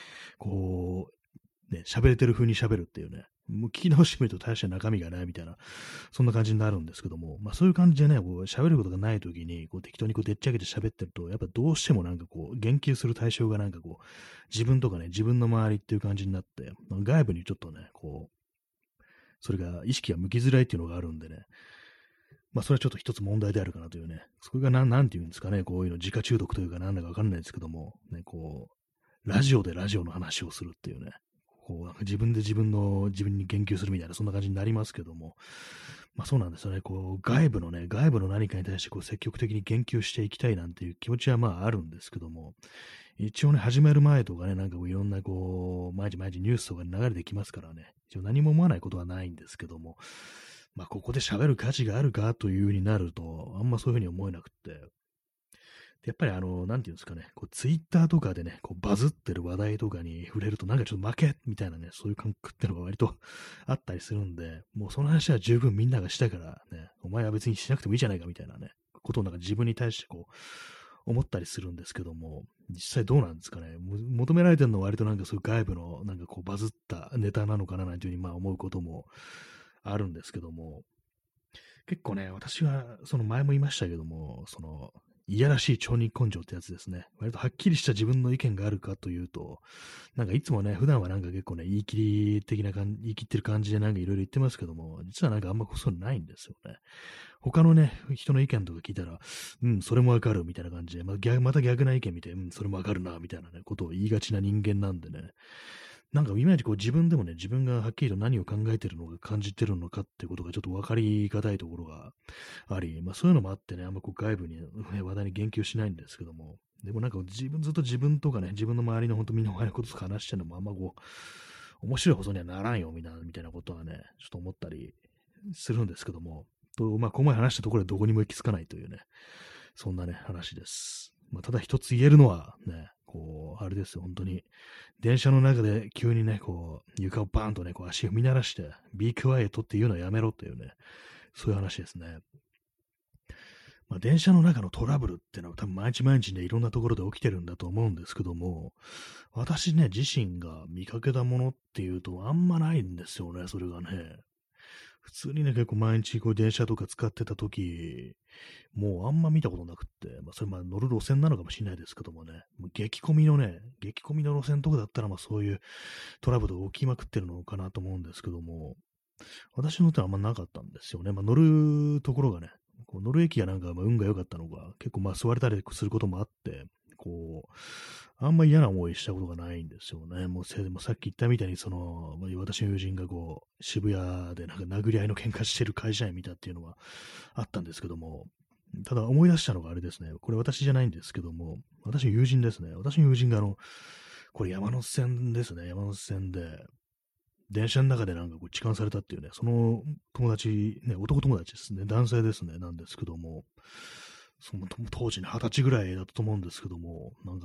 喋れてる風に喋るっていうね。もう聞き直してみると大した中身がないみたいな、そんな感じになるんですけども、まあそういう感じでね、喋ることがないときに、適当にでっち上げて喋ってると、やっぱどうしてもなんか言及する対象がなんか自分とかね、自分の周りっていう感じになって、まあ外部にちょっとね、それが意識が向きづらいっていうのがあるんでね、まあそれはちょっと一つ問題であるかなというね、それがなんていうんですかね、こういうの自家中毒というかなんだかわかんないですけども、ね、ラジオでラジオの話をするっていうね、なんか自分で自分に言及するみたいな、そんな感じになりますけども、まあそうなんですよね。外部の何かに対して積極的に言及していきたいなんていう気持ちはまああるんですけども、一応ね、始める前とかね、なんかいろんな毎日毎日ニュースとかに流れてきますからね、一応何も思わないことはないんですけども、まあここで喋る価値があるかという風になると、あんまそういう風に思えなくって、やっぱりなんていうんですかね、ツイッターとかでね、バズってる話題とかに触れるとなんかちょっと負けみたいなね、そういう感覚ってのが割とあったりするんで、もうその話は十分みんながしたからね、お前は別にしなくてもいいじゃないかみたいなね、ことをなんか自分に対して思ったりするんですけども、実際どうなんですかね、求められてるのは割となんかそういう外部のなんかバズったネタなのかななんていうふうにまあ思うこともあるんですけども、結構ね、私は、その前も言いましたけども、いやらしい町人根性ってやつですね。割とはっきりした自分の意見があるかというと、なんかいつもね、普段はなんか結構ね、言い切ってる感じでなんかいろいろ言ってますけども、実はなんかあんまそういうのないんですよね。他のね、人の意見とか聞いたら、うん、それもわかるみたいな感じで、また逆な意見見て、うん、それもわかるな、みたいなね、ことを言いがちな人間なんでね、なんかいまいち自分でもね、自分がはっきりと何を考えてるのか感じてるのかっていうことがちょっと分かりがたいところがあり、まあそういうのもあってね、あんま外部に、ね、話題に言及しないんですけども、でもなんかずっと自分とかね、自分の周りの本当みんなのこととか話してるのもあんま面白い放送にはならんよみたいなことはね、ちょっと思ったりするんですけども、まあここまで話したところでどこにも行き着かないというね、そんなね、話です。まあただ一つ言えるのはね、あれですよ、本当に。電車の中で急にね、床をバーンとね、足を踏み鳴らして、be quiet っていうのはやめろっていうね、そういう話ですね。まあ、電車の中のトラブルっていうのは多分毎日毎日ね、いろんなところで起きてるんだと思うんですけども、私ね、自身が見かけたものっていうとあんまないんですよね、それがね。普通にね、結構毎日電車とか使ってた時、もうあんま見たことなくって、それ乗る路線なのかもしれないですけどもね、もう激混みの路線とかだったらそういうトラブル起きまくってるのかなと思うんですけども、私の手はあんまなかったんですよね。乗るところがね、乗る駅がなんか運が良かったのが、結構座れたりすることもあって、あんま嫌な思いしたことがないんですよね。もうさっき言ったみたいに、私の友人が渋谷でなんか殴り合いの喧嘩してる会社員見たっていうのはあったんですけども、ただ思い出したのがあれですね。これ私じゃないんですけども、私の友人ですね。私の友人がこれ山手線ですね。山手線で、電車の中でなんか痴漢されたっていうね、その友達、ね、男友達ですね。男性ですね。なんですけども、その当時ね、20歳ぐらいだったと思うんですけども、なんか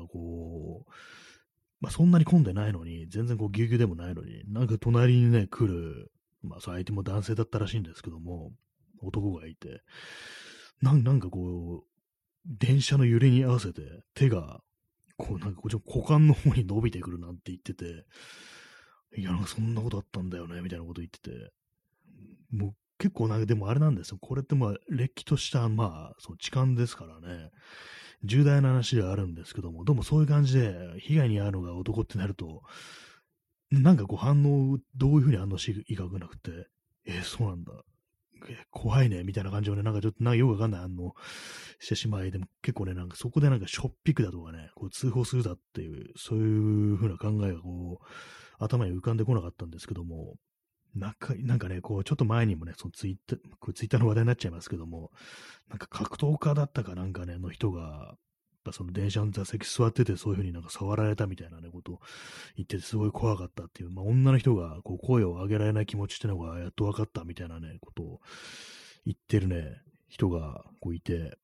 そんなに混んでないのに、全然ぎゅうぎゅうでもないのに、なんか隣にね、来る、相手も男性だったらしいんですけども、男がいて、なんか電車の揺れに合わせて手が、なんか股間の方に伸びてくるなんて言ってて、いや、なんかそんなことあったんだよね、みたいなこと言ってて、もう結構なんかでもあれなんですよ。これってれっきとした、痴漢ですからね。重大な話ではあるんですけども、でもそういう感じで被害に遭うのが男ってなると、なんかどういうふうに反応していいかわかんなくて、そうなんだ。怖いね、みたいな感じをね、なんかちょっとよくわかんない反応してしまい、でも結構ね、なんかそこでなんかしょっぴくだとかね、通報するだっていう、そういうふうな考えが頭に浮かんでこなかったんですけども、なんかね、ちょっと前にもね、ツイッターの話題になっちゃいますけども、なんか格闘家だったかなんかね、の人が、その電車の座席座っててそういう風になんか触られたみたいなね、ことを言っててすごい怖かったっていう、女の人が声を上げられない気持ちってのがやっと分かったみたいなね、ことを言ってるね、人がいて、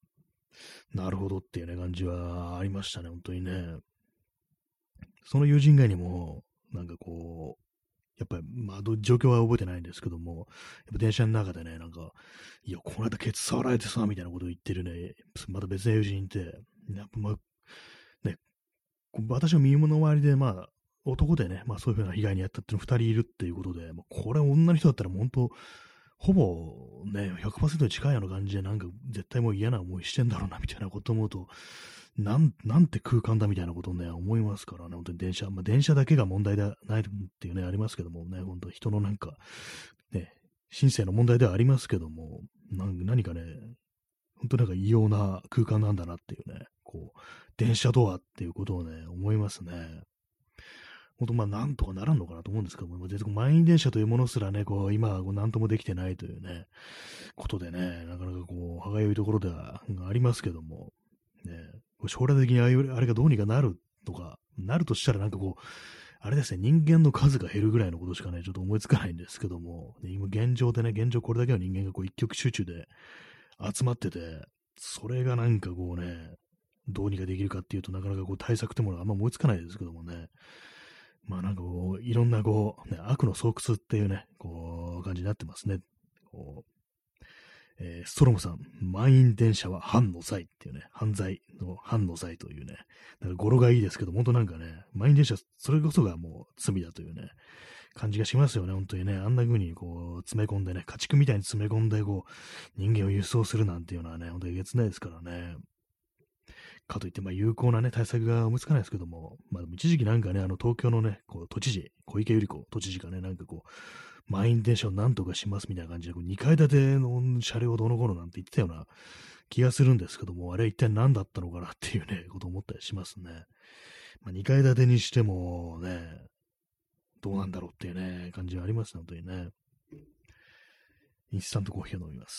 なるほどっていうね、感じはありましたね、本当にね。その友人以外にも、なんかこう、やっぱり、まあ、状況は覚えてないんですけども、やっぱ電車の中でね、なんか、いや、この間ケツ触られてさ、みたいなことを言ってるね、また別の友人いて、やっぱまあ、ね、私の身の回りで、まあ、男でね、まあそういうふうな被害に遭ったっていうの2人いるっていうことで、まあ、これ女の人だったらもう本当、ほぼね、100%に近いような感じで、なんか絶対もう嫌な思いしてんだろうな、みたいなことを思うと、なんて空間だみたいなことをね、思いますからね、本当に電車、まあ電車だけが問題ではないっていうね、ありますけどもね、本当人のなんか、ね、人生の問題ではありますけども、何かね、本当なんか異様な空間なんだなっていうね、こう、電車とはっていうことをね、思いますね。本当まあなんとかならんのかなと思うんですけども、全然満員電車というものすらね、こう、今はこう何ともできてないというね、ことでね、なかなかこう、歯がゆいところではありますけども、ね、将来的にあれがどうにかなるとか、なるとしたらなんかこう、あれですね、人間の数が減るぐらいのことしかね、ちょっと思いつかないんですけども、ね今現状でね、現状これだけの人間がこう一極集中で集まってて、それがなんかこうね、どうにかできるかっていうとなかなかこう対策ってものがあんま思いつかないですけどもね、まあなんかこう、いろんなこう、ね、悪の巣窟っていうね、こう、感じになってますね。こうストロムさん、満員電車は犯の罪っていうね、犯罪の犯の罪というね、なんか語呂がいいですけど、本当なんかね、満員電車、それこそがもう罪だというね、感じがしますよね、本当にね。あんな風にこう、詰め込んでね、家畜みたいに詰め込んで、こう、人間を輸送するなんていうのはね、本当にえげつないですからね。かといって、まあ、有効なね、対策が思いつかないですけども、まあ、一時期なんかね、東京のね、こう、都知事、小池百合子都知事がね、なんかこう、満員電車をなんとかしますみたいな感じで、こう2階建ての車両どの頃なんて言ってたような気がするんですけども、あれ一体何だったのかなっていうね、ことを思ったりしますね。まあ、2階建てにしてもね、どうなんだろうっていうね、感じはありますね、本当にね。インスタントコーヒーを飲みます。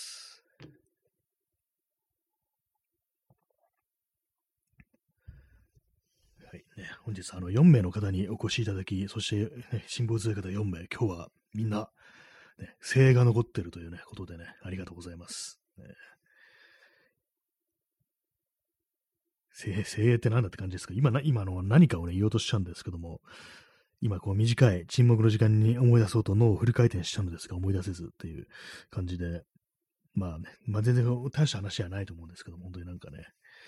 はいね、本日4名の方にお越しいただき、そして、ね、辛抱強い方4名、今日はみんな、ね、精鋭が残ってるというね、ことでね、ありがとうございます。精鋭って何だって感じですか？今の何かをね、言おうとしちゃうんですけども、今こう短い沈黙の時間に思い出そうと脳をフル回転したのですが思い出せずっていう感じで、まあね、まあ全然大した話じゃないと思うんですけども、本当になんかね、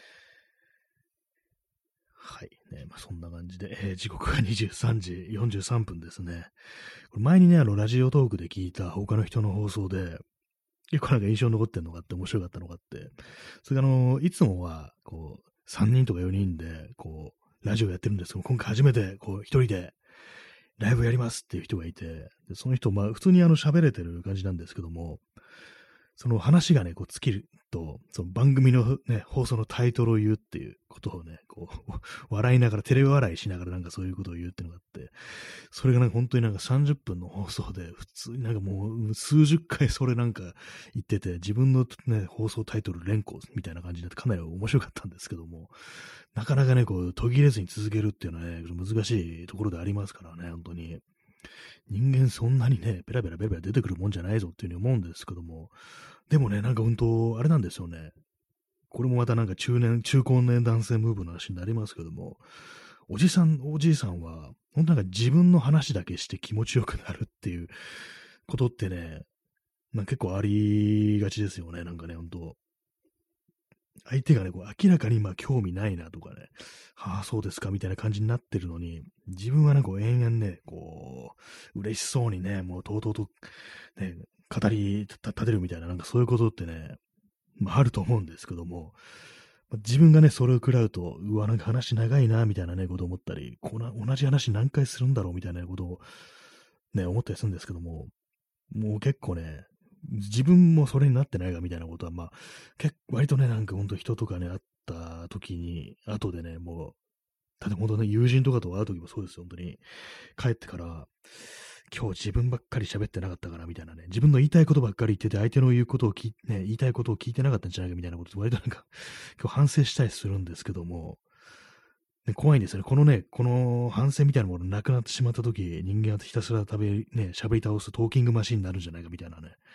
はい、ね、まあそんな感じで、時刻が23時43分ですね。これ前にね、ラジオトークで聞いた他の人の放送で、結構なんか印象に残ってんのがあって面白かったのがあって、それがいつもは、こう、3人とか4人で、こう、ラジオやってるんですけど、今回初めて、こう、一人でライブやりますっていう人がいて、でその人、まあ、普通に喋れてる感じなんですけども、その話がね、こう尽きると、その番組のね、放送のタイトルを言うっていうことをね、こう、笑いながら、照れ笑いしながらなんかそういうことを言うっていうのがあって、それがなんか本当になんか30分の放送で、普通になんかもう数十回それなんか言ってて、自分のね、放送タイトル連呼みたいな感じになってかなり面白かったんですけども、なかなかね、こう途切れずに続けるっていうのはね、難しいところでありますからね、本当に。人間そんなにね、ペラペラペラペラ出てくるもんじゃないぞっていうふうに思うんですけども、でもね、なんか本当、あれなんですよね。これもまたなんか中高年男性ムーブの話になりますけども、おじいさんは、本当なんか自分の話だけして気持ちよくなるっていうことってね、なんか結構ありがちですよね、なんかね、本当相手がね、こう明らかに興味ないなとかね、はあ、そうですかみたいな感じになってるのに、自分はなんかこう延々ね、こう、嬉しそうにね、もうとうとうと、ね、語り立てるみたいな、なんかそういうことってね、まああると思うんですけども、自分がね、それを食らうと、うわ、なんか話長いな、みたいなね、ことを思ったり、同じ話何回するんだろう、みたいなことをね、思ったりするんですけども、もう結構ね、自分もそれになってないかみたいなことは、まあ、割とね、なんかほんと人とかね、会った時に、後でね、もう、例えば本当ね、友人とかと会う時もそうですよ、本当に。帰ってから、今日自分ばっかり喋ってなかったからみたいなね、自分の言いたいことばっかり言ってて、相手の言うことを言いたいことを聞いてなかったんじゃないかみたいなこと、割となんか、今日反省したりするんですけども、ね、怖いんですよね。この反省みたいなものなくなってしまったとき、人間はひたすら喋り倒すトーキングマシンになるんじゃないかみたいなね、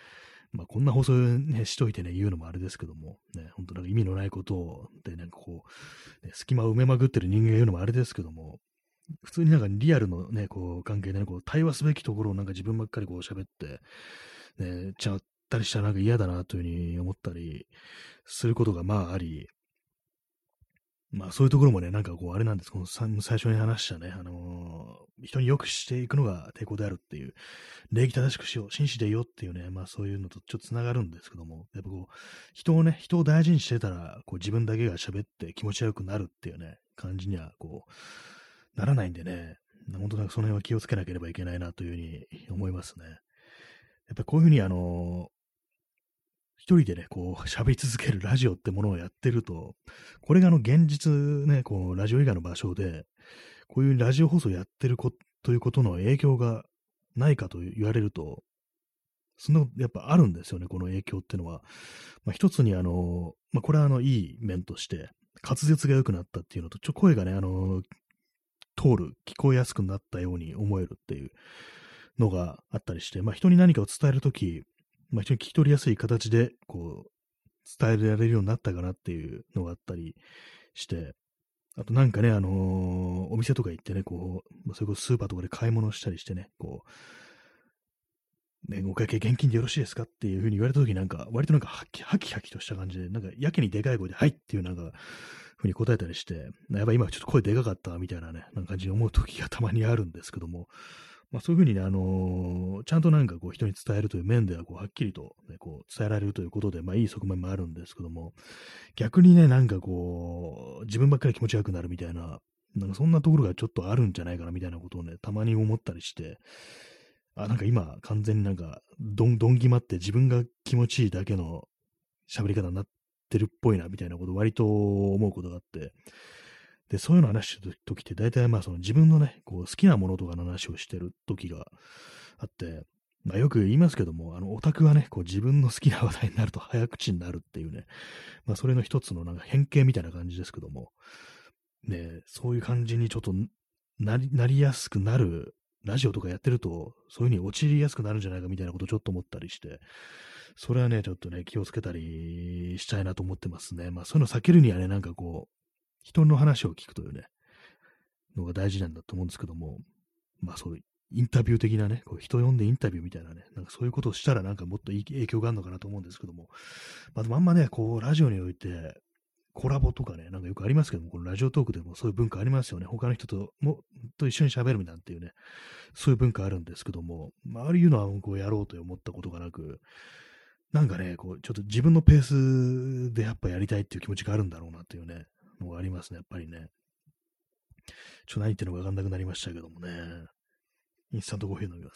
まあ、こんな放送ね、しといてね、言うのもあれですけども、ね、本当なんか意味のないことを、で、なんかこう、ね、隙間を埋めまくってる人間が言うのもあれですけども、普通になんかリアルのね、こう、関係でね、こう、対話すべきところをなんか自分ばっかりこう喋って、ね、ちゃったりしたらなんか嫌だなというふうに思ったりすることがまああり、まあそういうところもね、なんかこう、あれなんです。この最初に話したね、人に良くしていくのが抵抗であるっていう、礼儀正しくしよう、紳士でいようっていうね、まあそういうのとちょっとつながるんですけども、やっぱこう、人を大事にしてたら、こう自分だけが喋って気持ち悪くなるっていうね、感じにはこう、ならないんでね、本当なんかその辺は気をつけなければいけないなというふうに思いますね。やっぱこういうふうに一人でね、こう、喋り続けるラジオってものをやってると、これが現実ね、こう、ラジオ以外の場所で、こういうラジオ放送やってるということの影響がないかと言われると、その、やっぱあるんですよね、この影響っていうのは。まあ、一つにまあ、これはいい面として、滑舌が良くなったっていうのと、声がね、通る、聞こえやすくなったように思えるっていうのがあったりして、まあ、人に何かを伝えるとき、まあ、人に聞き取りやすい形で、こう、伝えられるようになったかなっていうのがあったりして、あとなんかね、お店とか行ってね、こう、それこそスーパーとかで買い物したりしてね、こう、ね、お会計現金でよろしいですかっていうふうに言われたときなんか、割となんかハキハキとした感じで、なんかやけにでかい声で、はいっていうなんか、ふうに答えたりして、やっぱ今ちょっと声でかかったみたいなね、なんか感じに思うときがたまにあるんですけども、まあそういうふうにね、ちゃんとなんかこう人に伝えるという面ではこうはっきりと、ね、こう伝えられるということで、まあいい側面もあるんですけども、逆にね、なんかこう、自分ばっかり気持ち悪くなるみたいな、なんかそんなところがちょっとあるんじゃないかなみたいなことをね、たまに思ったりして、なんか今完全になんかどん決まって自分が気持ちいいだけの喋り方になってるっぽいなみたいなことを割と思うことがあって、で、そういうの話してるときって大体まあその自分のね、こう好きなものとかの話をしてるときがあって、まあよく言いますけども、オタクはね、こう自分の好きな話題になると早口になるっていうね、まあそれの一つのなんか変形みたいな感じですけども、ね、そういう感じにちょっとなりやすくなる、ラジオとかやってると、そういう風に陥りやすくなるんじゃないかみたいなことをちょっと思ったりして、それはね、ちょっとね、気をつけたりしたいなと思ってますね。まあそういうの避けるにはね、なんかこう、人の話を聞くというね、のが大事なんだと思うんですけども、まあそういうインタビュー的なね、こう人呼んでインタビューみたいなね、なんかそういうことをしたらなんかもっといい影響があるのかなと思うんですけども、まあでもあんまね、こうラジオにおいてコラボとかね、なんかよくありますけども、このラジオトークでもそういう文化ありますよね。他の人と一緒に喋るなんていうね、そういう文化あるんですけども、まあ、ああいうのはこうやろうと思ったことがなく、なんかね、こう、ちょっと自分のペースでやっぱやりたいっていう気持ちがあるんだろうなっていうね、のがありますね、やっぱりね。何言ってるのかわかんなくなりましたけどもね。インスタントコーヒー飲みます。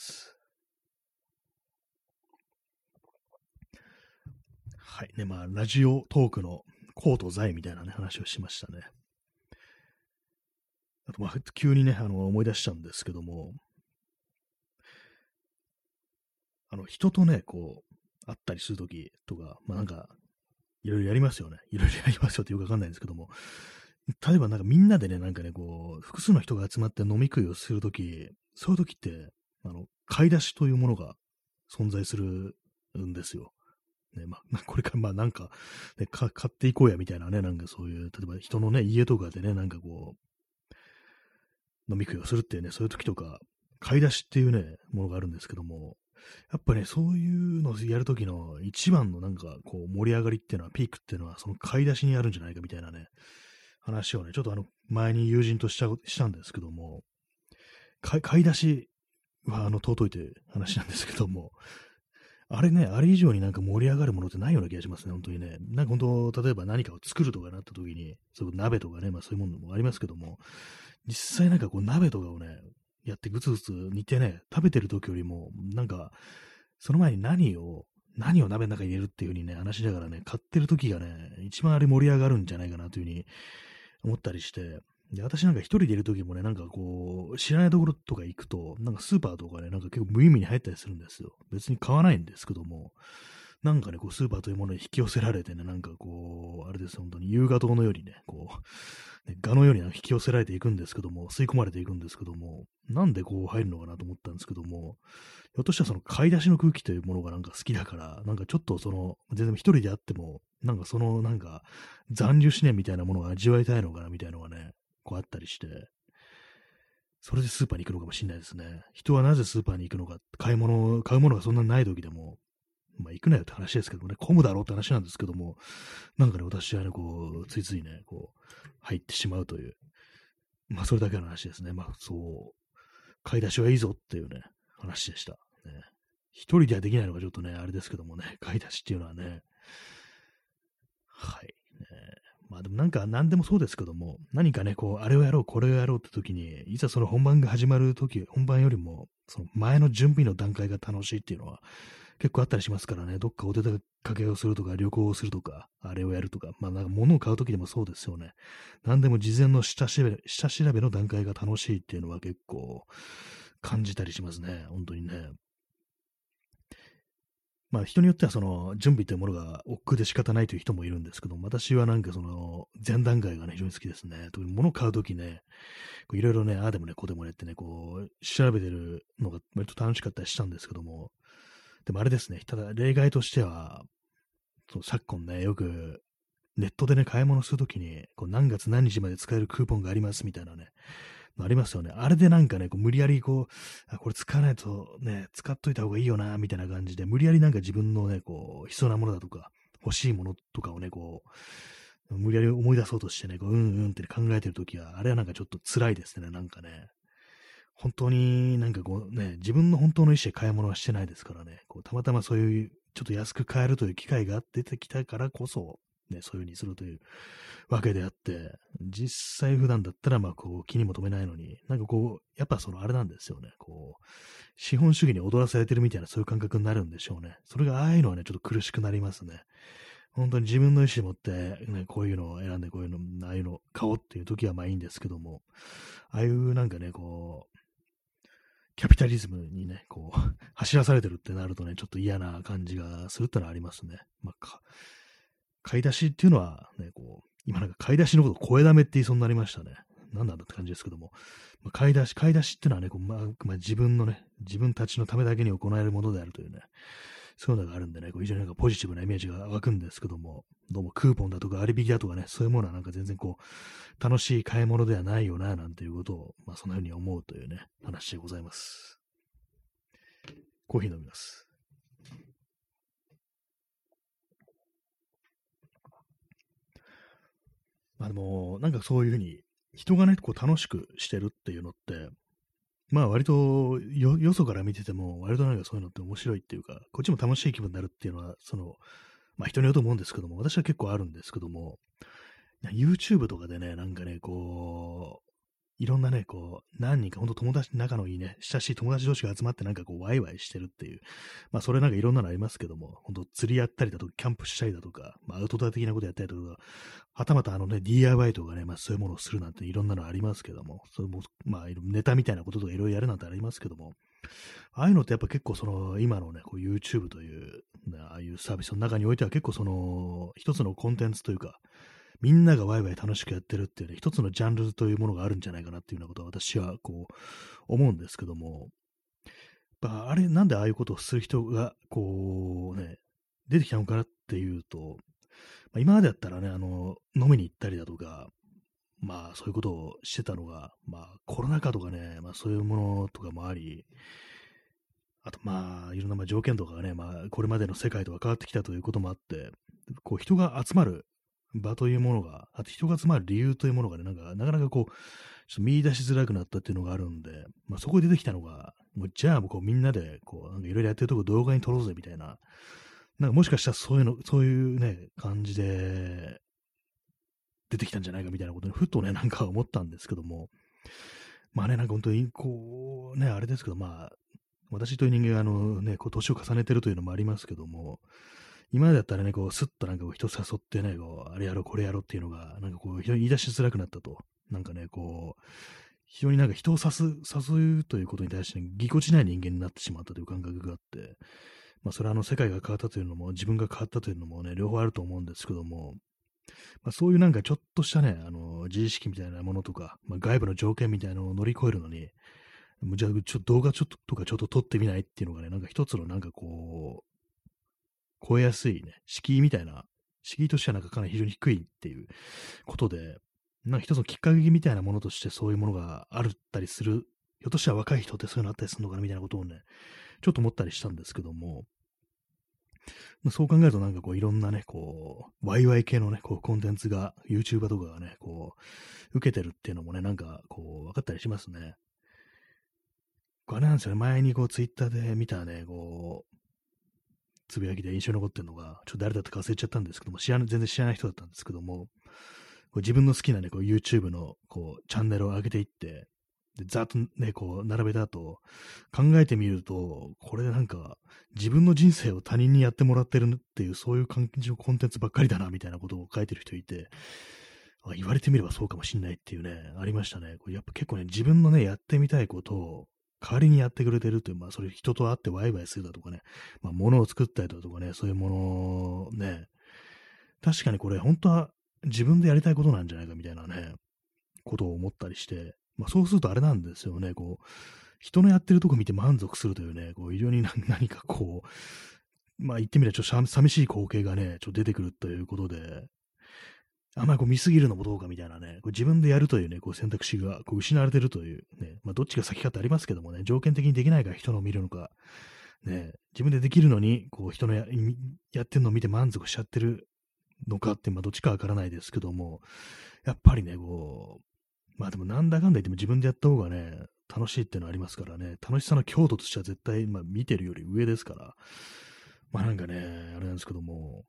はい。ね、まあ、ラジオトークの功と財みたいなね、話をしましたね。あと、まあ、急にね、思い出しちゃうんですけども、人とね、こう、会ったりするときとか、まあなんか、いろいろやりますよね。いろいろやりますよってよくわかんないんですけども、例えばなんかみんなでね、なんかね、こう、複数の人が集まって飲み食いをするとき、そういうときって、買い出しというものが存在するんですよ。ね、まあ、これからまあなんか、ね、買っていこうやみたいなね、なんかそういう、例えば人のね、家とかでね、なんかこう、飲み食いをするっていうね、そういう時とか、買い出しっていうね、ものがあるんですけども、やっぱね、そういうのをやるときの一番のなんかこう盛り上がりっていうのは、ピークっていうのは、その買い出しにあるんじゃないかみたいなね、話をね、ちょっと前に友人としたんですけども、買い出しは尊いという話なんですけども、あれね、あれ以上になんか盛り上がるものってないような気がしますね、本当にね。なんか本当、例えば何かを作るとかなった時に、そういう鍋とかね、まあそういうものもありますけども、実際なんかこう鍋とかをね、やってぐつぐつ煮てね、食べてる時よりも、なんか、その前に何を鍋の中に入れるっていう風にね、話しながらね、買ってる時がね、一番あれ盛り上がるんじゃないかなという風に思ったりして、で、私なんか一人でいる時もね、なんかこう、知らないところとか行くと、なんかスーパーとかね、なんか結構無意味に入ったりするんですよ。別に買わないんですけども、 なんかね、こう、スーパーというものに引き寄せられてね、なんかこう、あれです、本当に優雅堂のようにね、こう、ね、蛾のようになんか引き寄せられていくんですけども、吸い込まれていくんですけども、なんでこう入るのかなと思ったんですけども、ひょっとしたらその買い出しの空気というものがなんか好きだから、なんかちょっとその、全然一人であっても、なんかそのなんか残留思念みたいなものが味わいたいのかなみたいなのがね、こうあったりして、それでスーパーに行くのかもしれないですね。人はなぜスーパーに行くのか、買うものがそんなにない時でも、まあ行くなよって話ですけどね、混むだろうって話なんですけども、なんかね、私はね、こう、ついついね、こう、入ってしまうという、まあそれだけの話ですね。まあそう、買い出しはいいぞっていうね、話でした。ね、一人ではできないのがちょっとね、あれですけどもね、買い出しっていうのはね、はい。まあでもなんか何でもそうですけども、何かね、こう、あれをやろう、これをやろうって時に、いざその本番が始まる時、本番よりも、その前の準備の段階が楽しいっていうのは結構あったりしますからね、どっかお出かけをするとか、旅行をするとか、あれをやるとか、まあなんか物を買う時でもそうですよね。何でも事前の下調べの段階が楽しいっていうのは結構感じたりしますね、本当にね。まあ人によってはその準備というものが億劫で仕方ないという人もいるんですけど、私はなんかその前段階がね、非常に好きですね。特に物を買うときね、いろいろね、ああでもね、こうでもねってね、こう、調べてるのが割と楽しかったりしたんですけども、でもあれですね、ただ例外としては、そう昨今ね、よくネットでね、買い物するときに、こう何月何日まで使えるクーポンがありますみたいなね、ありますよね。あれでなんかね、こう無理やりこう、これ使わないとね、使っといた方がいいよな、みたいな感じで、無理やりなんか自分のね、こう、必要なものだとか、欲しいものとかをね、こう、無理やり思い出そうとしてね、こう、うんうんって考えてるときは、あれはなんかちょっと辛いですね、なんかね。本当になんかこうね、自分の本当の意思で買い物はしてないですからね、こうたまたまそういう、ちょっと安く買えるという機会が出てきたからこそ、ね、そういう風にするというわけであって、実際普段だったら、まあ、こう、気にも留めないのに、なんかこう、やっぱそのあれなんですよね、こう、資本主義に踊らされてるみたいなそういう感覚になるんでしょうね。それがああいうのはね、ちょっと苦しくなりますね。本当に自分の意思で持って、ね、こういうのを選んで、こういうの、ああいうのを買おうっていう時はまあいいんですけども、ああいうなんかね、こう、キャピタリズムにね、こう、走らされてるってなるとね、ちょっと嫌な感じがするってのはありますね。まあ、買い出しっていうのはね、こう、今なんか買い出しのことを声だめって言いそうになりましたね。何なんだって感じですけども。まあ、買い出しっていうのはね、こうまあ、自分のね、自分たちのためだけに行えるものであるというね、そういうのがあるんでね、こう非常になんかポジティブなイメージが湧くんですけども、どうもクーポンだとか割引だとかね、そういうものはなんか全然こう、楽しい買い物ではないよな、なんていうことを、まあそのように思うというね、話でございます。コーヒー飲みます。まあでも、なんかそういうふうに、人がね、こう楽しくしてるっていうのって、まあ割とよそから見てても、割となんかそういうのって面白いっていうか、こっちも楽しい気分になるっていうのは、その、まあ人によると思うんですけども、私は結構あるんですけども、YouTube とかでね、なんかね、こう、いろんなね、こう、何人か本当友達、仲のいいね、親しい友達同士が集まってなんかこう、ワイワイしてるっていう。まあ、それなんかいろんなのありますけども、本当釣りやったりだとか、キャンプしたりだとか、まあ、アウトドア的なことやったりだとか、はたまたDIY とかね、まあ、そういうものをするなんていろんなのありますけども、それも、まあ、ネタみたいなこととかいろいろやるなんてありますけども、ああいうのってやっぱ結構その、今のね、こう YouTube という、ね、ああいうサービスの中においては結構その、一つのコンテンツというか、みんながワイワイ楽しくやってるっていうね、一つのジャンルというものがあるんじゃないかなっていうようなことは私はこう思うんですけども、あれ、なんでああいうことをする人がこうね、出てきたのかなっていうと、今までだったらね、飲みに行ったりだとか、まあそういうことをしてたのが、まあコロナ禍とかね、まあそういうものとかもあり、あとまあいろんなまあ条件とかがね、まあこれまでの世界とは変わってきたということもあって、こう人が集まる場というものが、あと人が集まる理由というものがね、なんか、なかなかこう、ちょっと見出しづらくなったっていうのがあるんで、まあ、そこで出てきたのが、もうじゃあもうこうみんなで、こう、なんかいろいろやってるとこ動画に撮ろうぜみたいな、なんかもしかしたらそういうの、そういうね、感じで出てきたんじゃないかみたいなことに、ふっとね、なんか思ったんですけども、まあね、なんか本当に、こう、ね、あれですけど、まあ、私という人間がこう、年を重ねてるというのもありますけども、今までだったらね、こう、スッとなんかこう人誘ってね、こう、あれやろう、これやろうっていうのが、なんかこう、非常に言い出しづらくなったと。なんかね、こう、非常になんか人を誘うということに対して、ぎこちない人間になってしまったという感覚があって、 まあ、それは世界が変わったというのも、自分が変わったというのもね、両方あると思うんですけども、まあ、そういうなんかちょっとしたね、自意識みたいなものとか、まあ、外部の条件みたいなのを乗り越えるのに、じゃあ、動画ちょっととかちょっと撮ってみないっていうのがね、なんか一つのなんかこう、超えやすいね、敷居みたいな、敷居としてはなんかかなり非常に低いっていうことで、なんか一つのきっかけみたいなものとしてそういうものがあるったりする、ひょっとしたら若い人ってそういうのあったりするのかなみたいなことをね、ちょっと思ったりしたんですけども、まあ、そう考えるとなんかこういろんなね、こう、ワイワイ系のね、こうコンテンツが、YouTuber とかがね、こう、受けてるっていうのもね、なんかこう、分かったりしますね。これなんですよね、前にこう、Twitter で見たね、こう、つぶやきで印象に残ってるのが、ちょっと誰だったか忘れちゃったんですけども、全然知らない人だったんですけども、こう自分の好きなね、こう YouTube のこうチャンネルを上げていって、で、ざっとね、こう並べた後、考えてみると、これなんか自分の人生を他人にやってもらってるっていう、そういう感じのコンテンツばっかりだな、みたいなことを書いてる人いて、あ、言われてみればそうかもしんないっていうね、ありましたね。これやっぱ結構ね、自分のね、やってみたいことを代わりにやってくれてるという、まあ、それ人と会ってワイワイするだとかね、まあ、物を作ったりだとかね、そういうものね、確かにこれ本当は自分でやりたいことなんじゃないかみたいなね、ことを思ったりして、まあ、そうするとあれなんですよね、こう、人のやってるとこ見て満足するというね、こう非常に何かこう、まあ言ってみればちょっと寂しい光景がね、ちょっと出てくるということで、あんまりこう見すぎるのもどうかみたいなね、こう自分でやるというね、こう選択肢がこう失われてるというね、まあどっちが先かってありますけどもね、条件的にできないから人のを見るのか、ね、自分でできるのに、こう人のやってるのを見て満足しちゃってるのかって、まあどっちかわからないですけども、やっぱりね、こう、まあでもなんだかんだ言っても自分でやった方がね、楽しいっていうのはありますからね、楽しさの強度としては絶対、まあ見てるより上ですから、まあなんかね、あれなんですけども、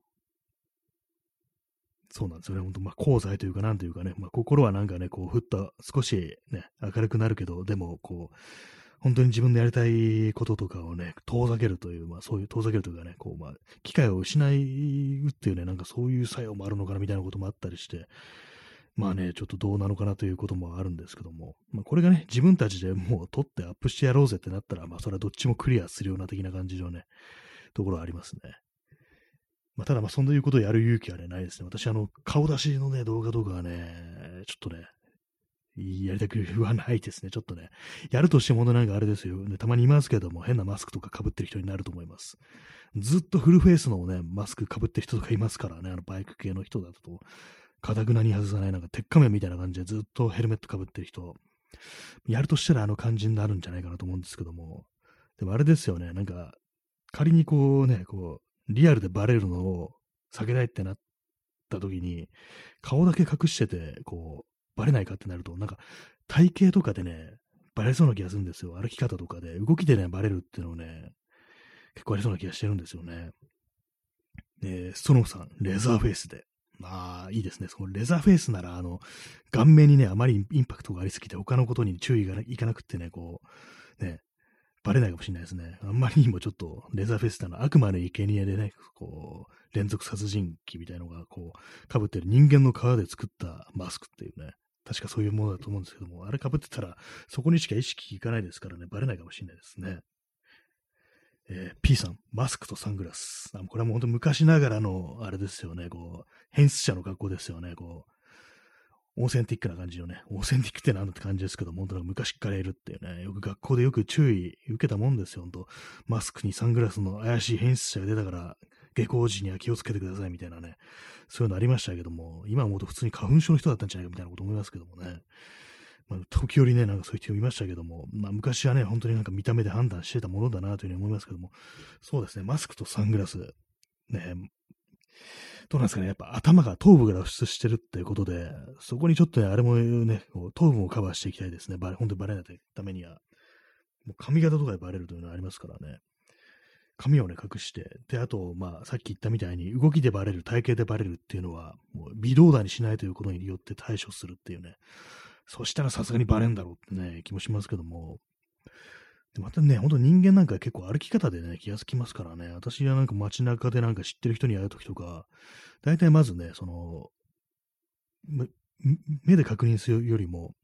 そうなんですよね。本当まあ、功罪というか、なんというかね、まあ、心はなんかね、こう、ふっと少しね、明るくなるけど、でも、こう、本当に自分でやりたいこととかをね、遠ざけるという、まあ、そういう、遠ざけるというかね、こう、まあ、機会を失うっていうね、なんかそういう作用もあるのかな、みたいなこともあったりして、まあね、ちょっとどうなのかなということもあるんですけども、まあ、これがね、自分たちでもう撮ってアップしてやろうぜってなったら、まあ、それはどっちもクリアするような的な感じのね、ところはありますね。まあ、ただ、まあ、そういうことをやる勇気はね、ないですね。私、顔出しのね、動画とかはね、ちょっとね、やりたくはないですね。ちょっとね、やるとしてもなんかあれですよ、ね。たまにいますけども、変なマスクとか被ってる人になると思います。ずっとフルフェイスのね、マスク被ってる人とかいますからね、バイク系の人だと、かたくなに外さない、なんか鉄仮面みたいな感じでずっとヘルメット被ってる人、やるとしたらあの感じになるんじゃないかなと思うんですけども、でもあれですよね、なんか、仮にこうね、こう、リアルでバレるのを避けたいってなった時に、顔だけ隠してて、こう、バレないかってなると、なんか、体型とかでね、バレそうな気がするんですよ。歩き方とかで、動きでね、バレるっていうのをね、結構ありそうな気がしてるんですよね。ストノーさん、レザーフェイスで。ああ、いいですね。そのレザーフェイスなら、顔面にね、あまりインパクトがありすぎて、他のことに注意がいかなくってね、こう、ね、バレないかもしれないですね。あんまりにもちょっと、レザーフェイスってのは悪魔の生贄でね、こう、連続殺人鬼みたいのが、こう、被ってる人間の皮で作ったマスクっていうね、確かそういうものだと思うんですけども、あれ被ってたら、そこにしか意識いかないですからね、バレないかもしれないですね。P さん、マスクとサングラス。これはもう本当昔ながらの、あれですよね、こう、変質者の格好ですよね、こう、オーセンティックな感じのね、オーセンティックってなんだって感じですけども、本当に昔からいるっていうね、よく学校でよく注意受けたもんですよ、本当マスクにサングラスの怪しい変質者が出たから、下校時には気をつけてくださいみたいなね、そういうのありましたけども、今思うと普通に花粉症の人だったんじゃないかみたいなこと思いますけどもね。まあ、時折ね、なんかそういう人いましたけども、まあ、昔はね、本当になんか見た目で判断してたものだなというふうに思いますけども、そうですね、マスクとサングラス、ね、どうなんですかね、やっぱ頭が頭部が露出してるっていうことで、そこにちょっとね、あれもね、こう頭部をカバーしていきたいですね、本当にバレないためには。もう髪型とかでバレるというのはありますからね。髪をね、隠して、で、あと、まあ、さっき言ったみたいに、動きでバレる、体型でバレるっていうのは、もう微動だにしないということによって対処するっていうね、そしたらさすがにバレんだろうってね、気もしますけども、でまたね、ほんと人間なんか結構歩き方でね、気がつきますからね、私はなんか街中でなんか知ってる人に会うときとか、大体まずね、その、目で確認するよりも、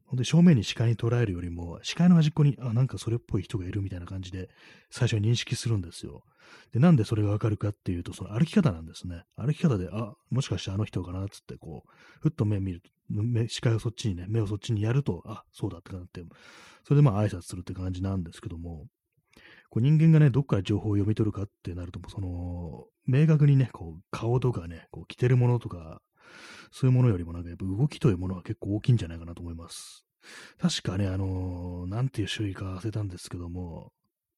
本当に正面に視界に捉えるよりも、視界の端っこに、なんかそれっぽい人がいるみたいな感じで、最初に認識するんですよ。で、なんでそれがわかるかっていうと、その歩き方なんですね。歩き方で、もしかしてあの人かなっつって、こう、ふっと目見ると、視界をそっちにね、目をそっちにやると、そうだってなって、それでまあ挨拶するって感じなんですけども、こう人間がね、どっから情報を読み取るかってなると、その、明確にね、こう、顔とかね、こう、着てるものとか、そういうものよりもなんかやっぱ動きというものは結構大きいんじゃないかなと思います。確かね、なんていう種類か忘れたんですけども、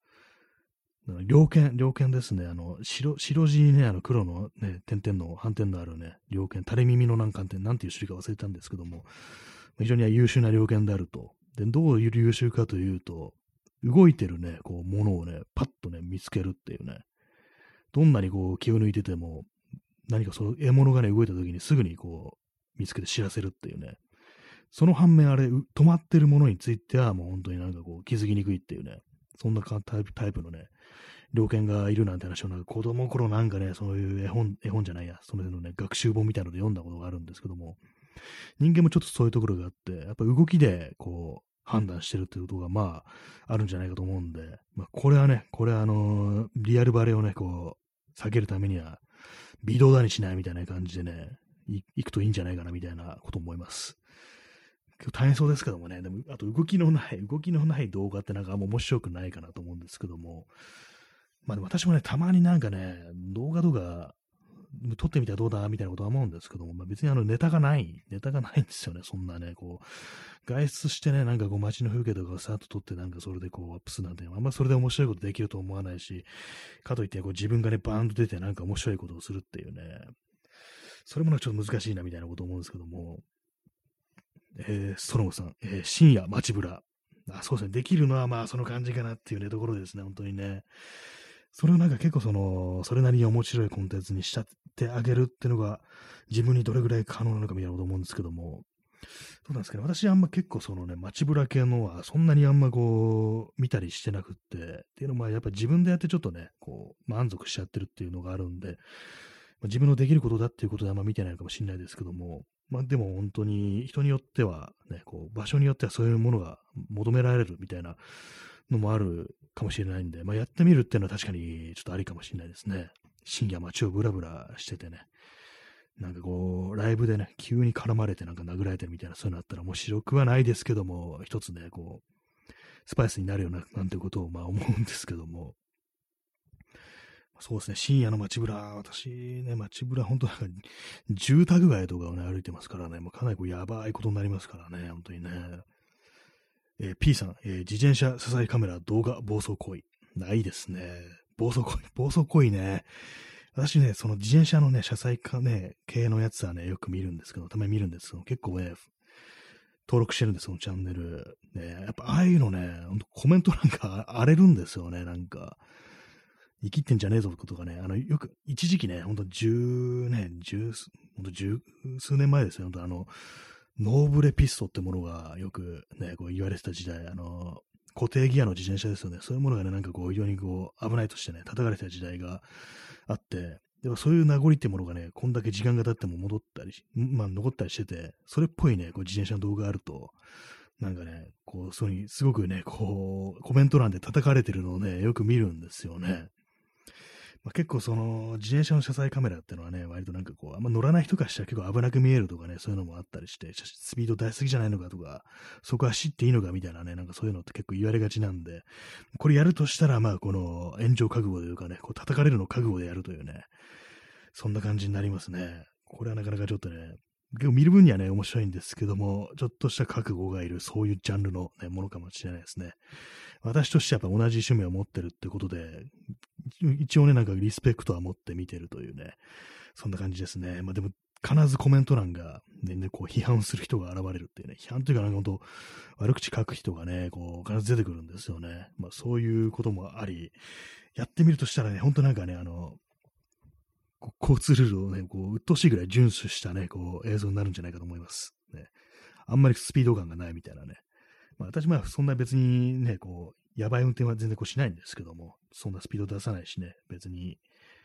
猟犬ですね。白地にね、黒のね、点々の斑点のあるね、猟犬、垂れ耳のなんていう種類か忘れたんですけども、非常に優秀な猟犬であると。で、どういう優秀かというと、動いてるね、こう、ものをね、パッとね、見つけるっていうね、どんなにこう、気を抜いてても、何かその獲物がね、動いた時にすぐにこう、見つけて知らせるっていうね、その反面あれ、止まってるものについてはもう本当になんかこう気づきにくいっていうね、そんなタイプのね、猟犬がいるなんて話をなんか子供の頃なんかね、そういう絵本じゃないや、その辺のね、学習本みたいなので読んだことがあるんですけども、人間もちょっとそういうところがあって、やっぱ動きでこう、判断してるっていうことがまあ、あるんじゃないかと思うんで、まあ、これはね、リアルバレをね、こう、避けるためには、微動だにしないみたいな感じでね、行くといいんじゃないかなみたいなことを思います。大変そうですけどもね、でも、あと動きのない動画ってなんかあんま面白くないかなと思うんですけども、まあでも私もね、たまになんかね、動画とか撮ってみたらどうだみたいなことは思うんですけども、まあ、別にネタがないんですよね、そんなね、こう、外出してね、なんかこう街の風景とかをさっと撮ってなんかそれでこうアップするなんて、あんまそれで面白いことできると思わないし、かといってこう自分がね、バーンと出てなんか面白いことをするっていうね、それもなんかちょっと難しいなみたいなことを思うんですけども、ストロムさん、深夜街ブラ。そうですね。できるのはまあその感じかなっていうね、ところですね、本当にね。それをなんか結構それなりに面白いコンテンツに仕立ててあげるっていうのが、自分にどれぐらい可能なのかみたいなこと思うんですけども、そうなんですけど、私あんま結構そのね、街ブラ系のはそんなにあんまこう、見たりしてなくって、っていうのもやっぱ自分でやってちょっとね、こう、満足しちゃってるっていうのがあるんで、自分のできることだっていうことであんま見てないかもしれないですけども、まあでも本当に人によってはね、こう場所によってはそういうものが求められるみたいなのもあるかもしれないんで、まあやってみるっていうのは確かにちょっとありかもしれないですね。深夜街をブラブラしててね、なんかこう、ライブでね、急に絡まれてなんか殴られてるみたいなそういうのあったら面白くはないですけども、一つね、こう、スパイスになるような、なんてことをまあ思うんですけども、そうですね、深夜の街ブラ、私ね、街ブラ、本当なんか、住宅街とかをね、歩いてますからね、もうかなりこうやばいことになりますからね、本当にね。P さん、自転車車載カメラ動画暴走行為。ないですね。暴走行為ね。私ね、その自転車のね、車載かね、系のやつはね、よく見るんですけど、たまに見るんですけど、結構ね、登録してるんです、そのチャンネル。ね、やっぱああいうのね、ほんとコメントなんか荒れるんですよね、なんか。生きってんじゃねえぞとかね、よく、一時期ね、ほんとほんと十数年前ですよ、ほんとノーブレピストってものがよくね、こう言われてた時代、固定ギアの自転車ですよね。そういうものがね、なんかこう、非常にこう、危ないとしてね、叩かれてた時代があって、でもそういう名残ってものがね、こんだけ時間が経っても戻ったりまあ残ったりしてて、それっぽいね、こう自転車の動画があると、なんかね、こう、そうに、すごくね、こう、コメント欄で叩かれてるのをね、よく見るんですよね。まあ、結構その自転車の車載カメラっていうのはね、割となんかこう、あんま乗らない人からしたら結構危なく見えるとかね、そういうのもあったりして、スピード出しすぎじゃないのかとか、そこ走っていいのかみたいなね、なんかそういうのって結構言われがちなんで、これやるとしたら、まあこの炎上覚悟というかね、こう叩かれるの覚悟でやるというね、そんな感じになりますね。これはなかなかちょっとね、結構見る分にはね、面白いんですけども、ちょっとした覚悟がいる、そういうジャンルの、ね、ものかもしれないですね。私としてはやっぱ同じ趣味を持ってるってことで、一応ね、なんかリスペクトは持って見てるというね、そんな感じですね。まあでも、必ずコメント欄が、ね、こう批判する人が現れるっていうね、批判というか、なんか本当、悪口書く人がね、こう、必ず出てくるんですよね。まあそういうこともあり、やってみるとしたらね、本当なんかね、交通ルールをね、こう、鬱陶しいぐらい遵守したね、こう、映像になるんじゃないかと思います。ね。あんまりスピード感がないみたいなね。まあ私まあそんな別にね、こう、やばい運転は全然こうしないんですけども、そんなスピード出さないしね、別に、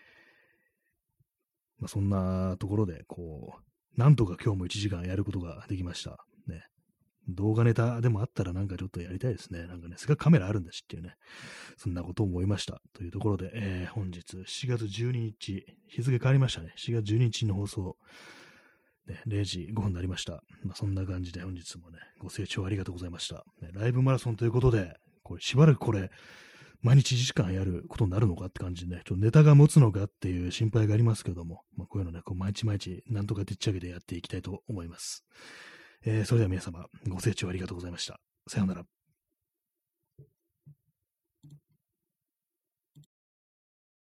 まあそんなところで、こう、なんとか今日も1時間やることができました。ね。 動画ネタでもあったらなんかちょっとやりたいですね。なんかね、せっかくカメラあるんだしっていうね、そんなことを思いました。というところで、本日7月12日、日付変わりましたね。7月12日の放送、ね、0時5分になりました。まあ、そんな感じで本日もね、ご清聴ありがとうございました。ね、ライブマラソンということで、これしばらくこれ、毎日1時間やることになるのかって感じでね、ちょっとネタが持つのかっていう心配がありますけども、まあ、こういうのね、こう毎日毎日なんとかでっち上げてやっていきたいと思います。それでは皆様、ご清聴ありがとうございました。さようなら。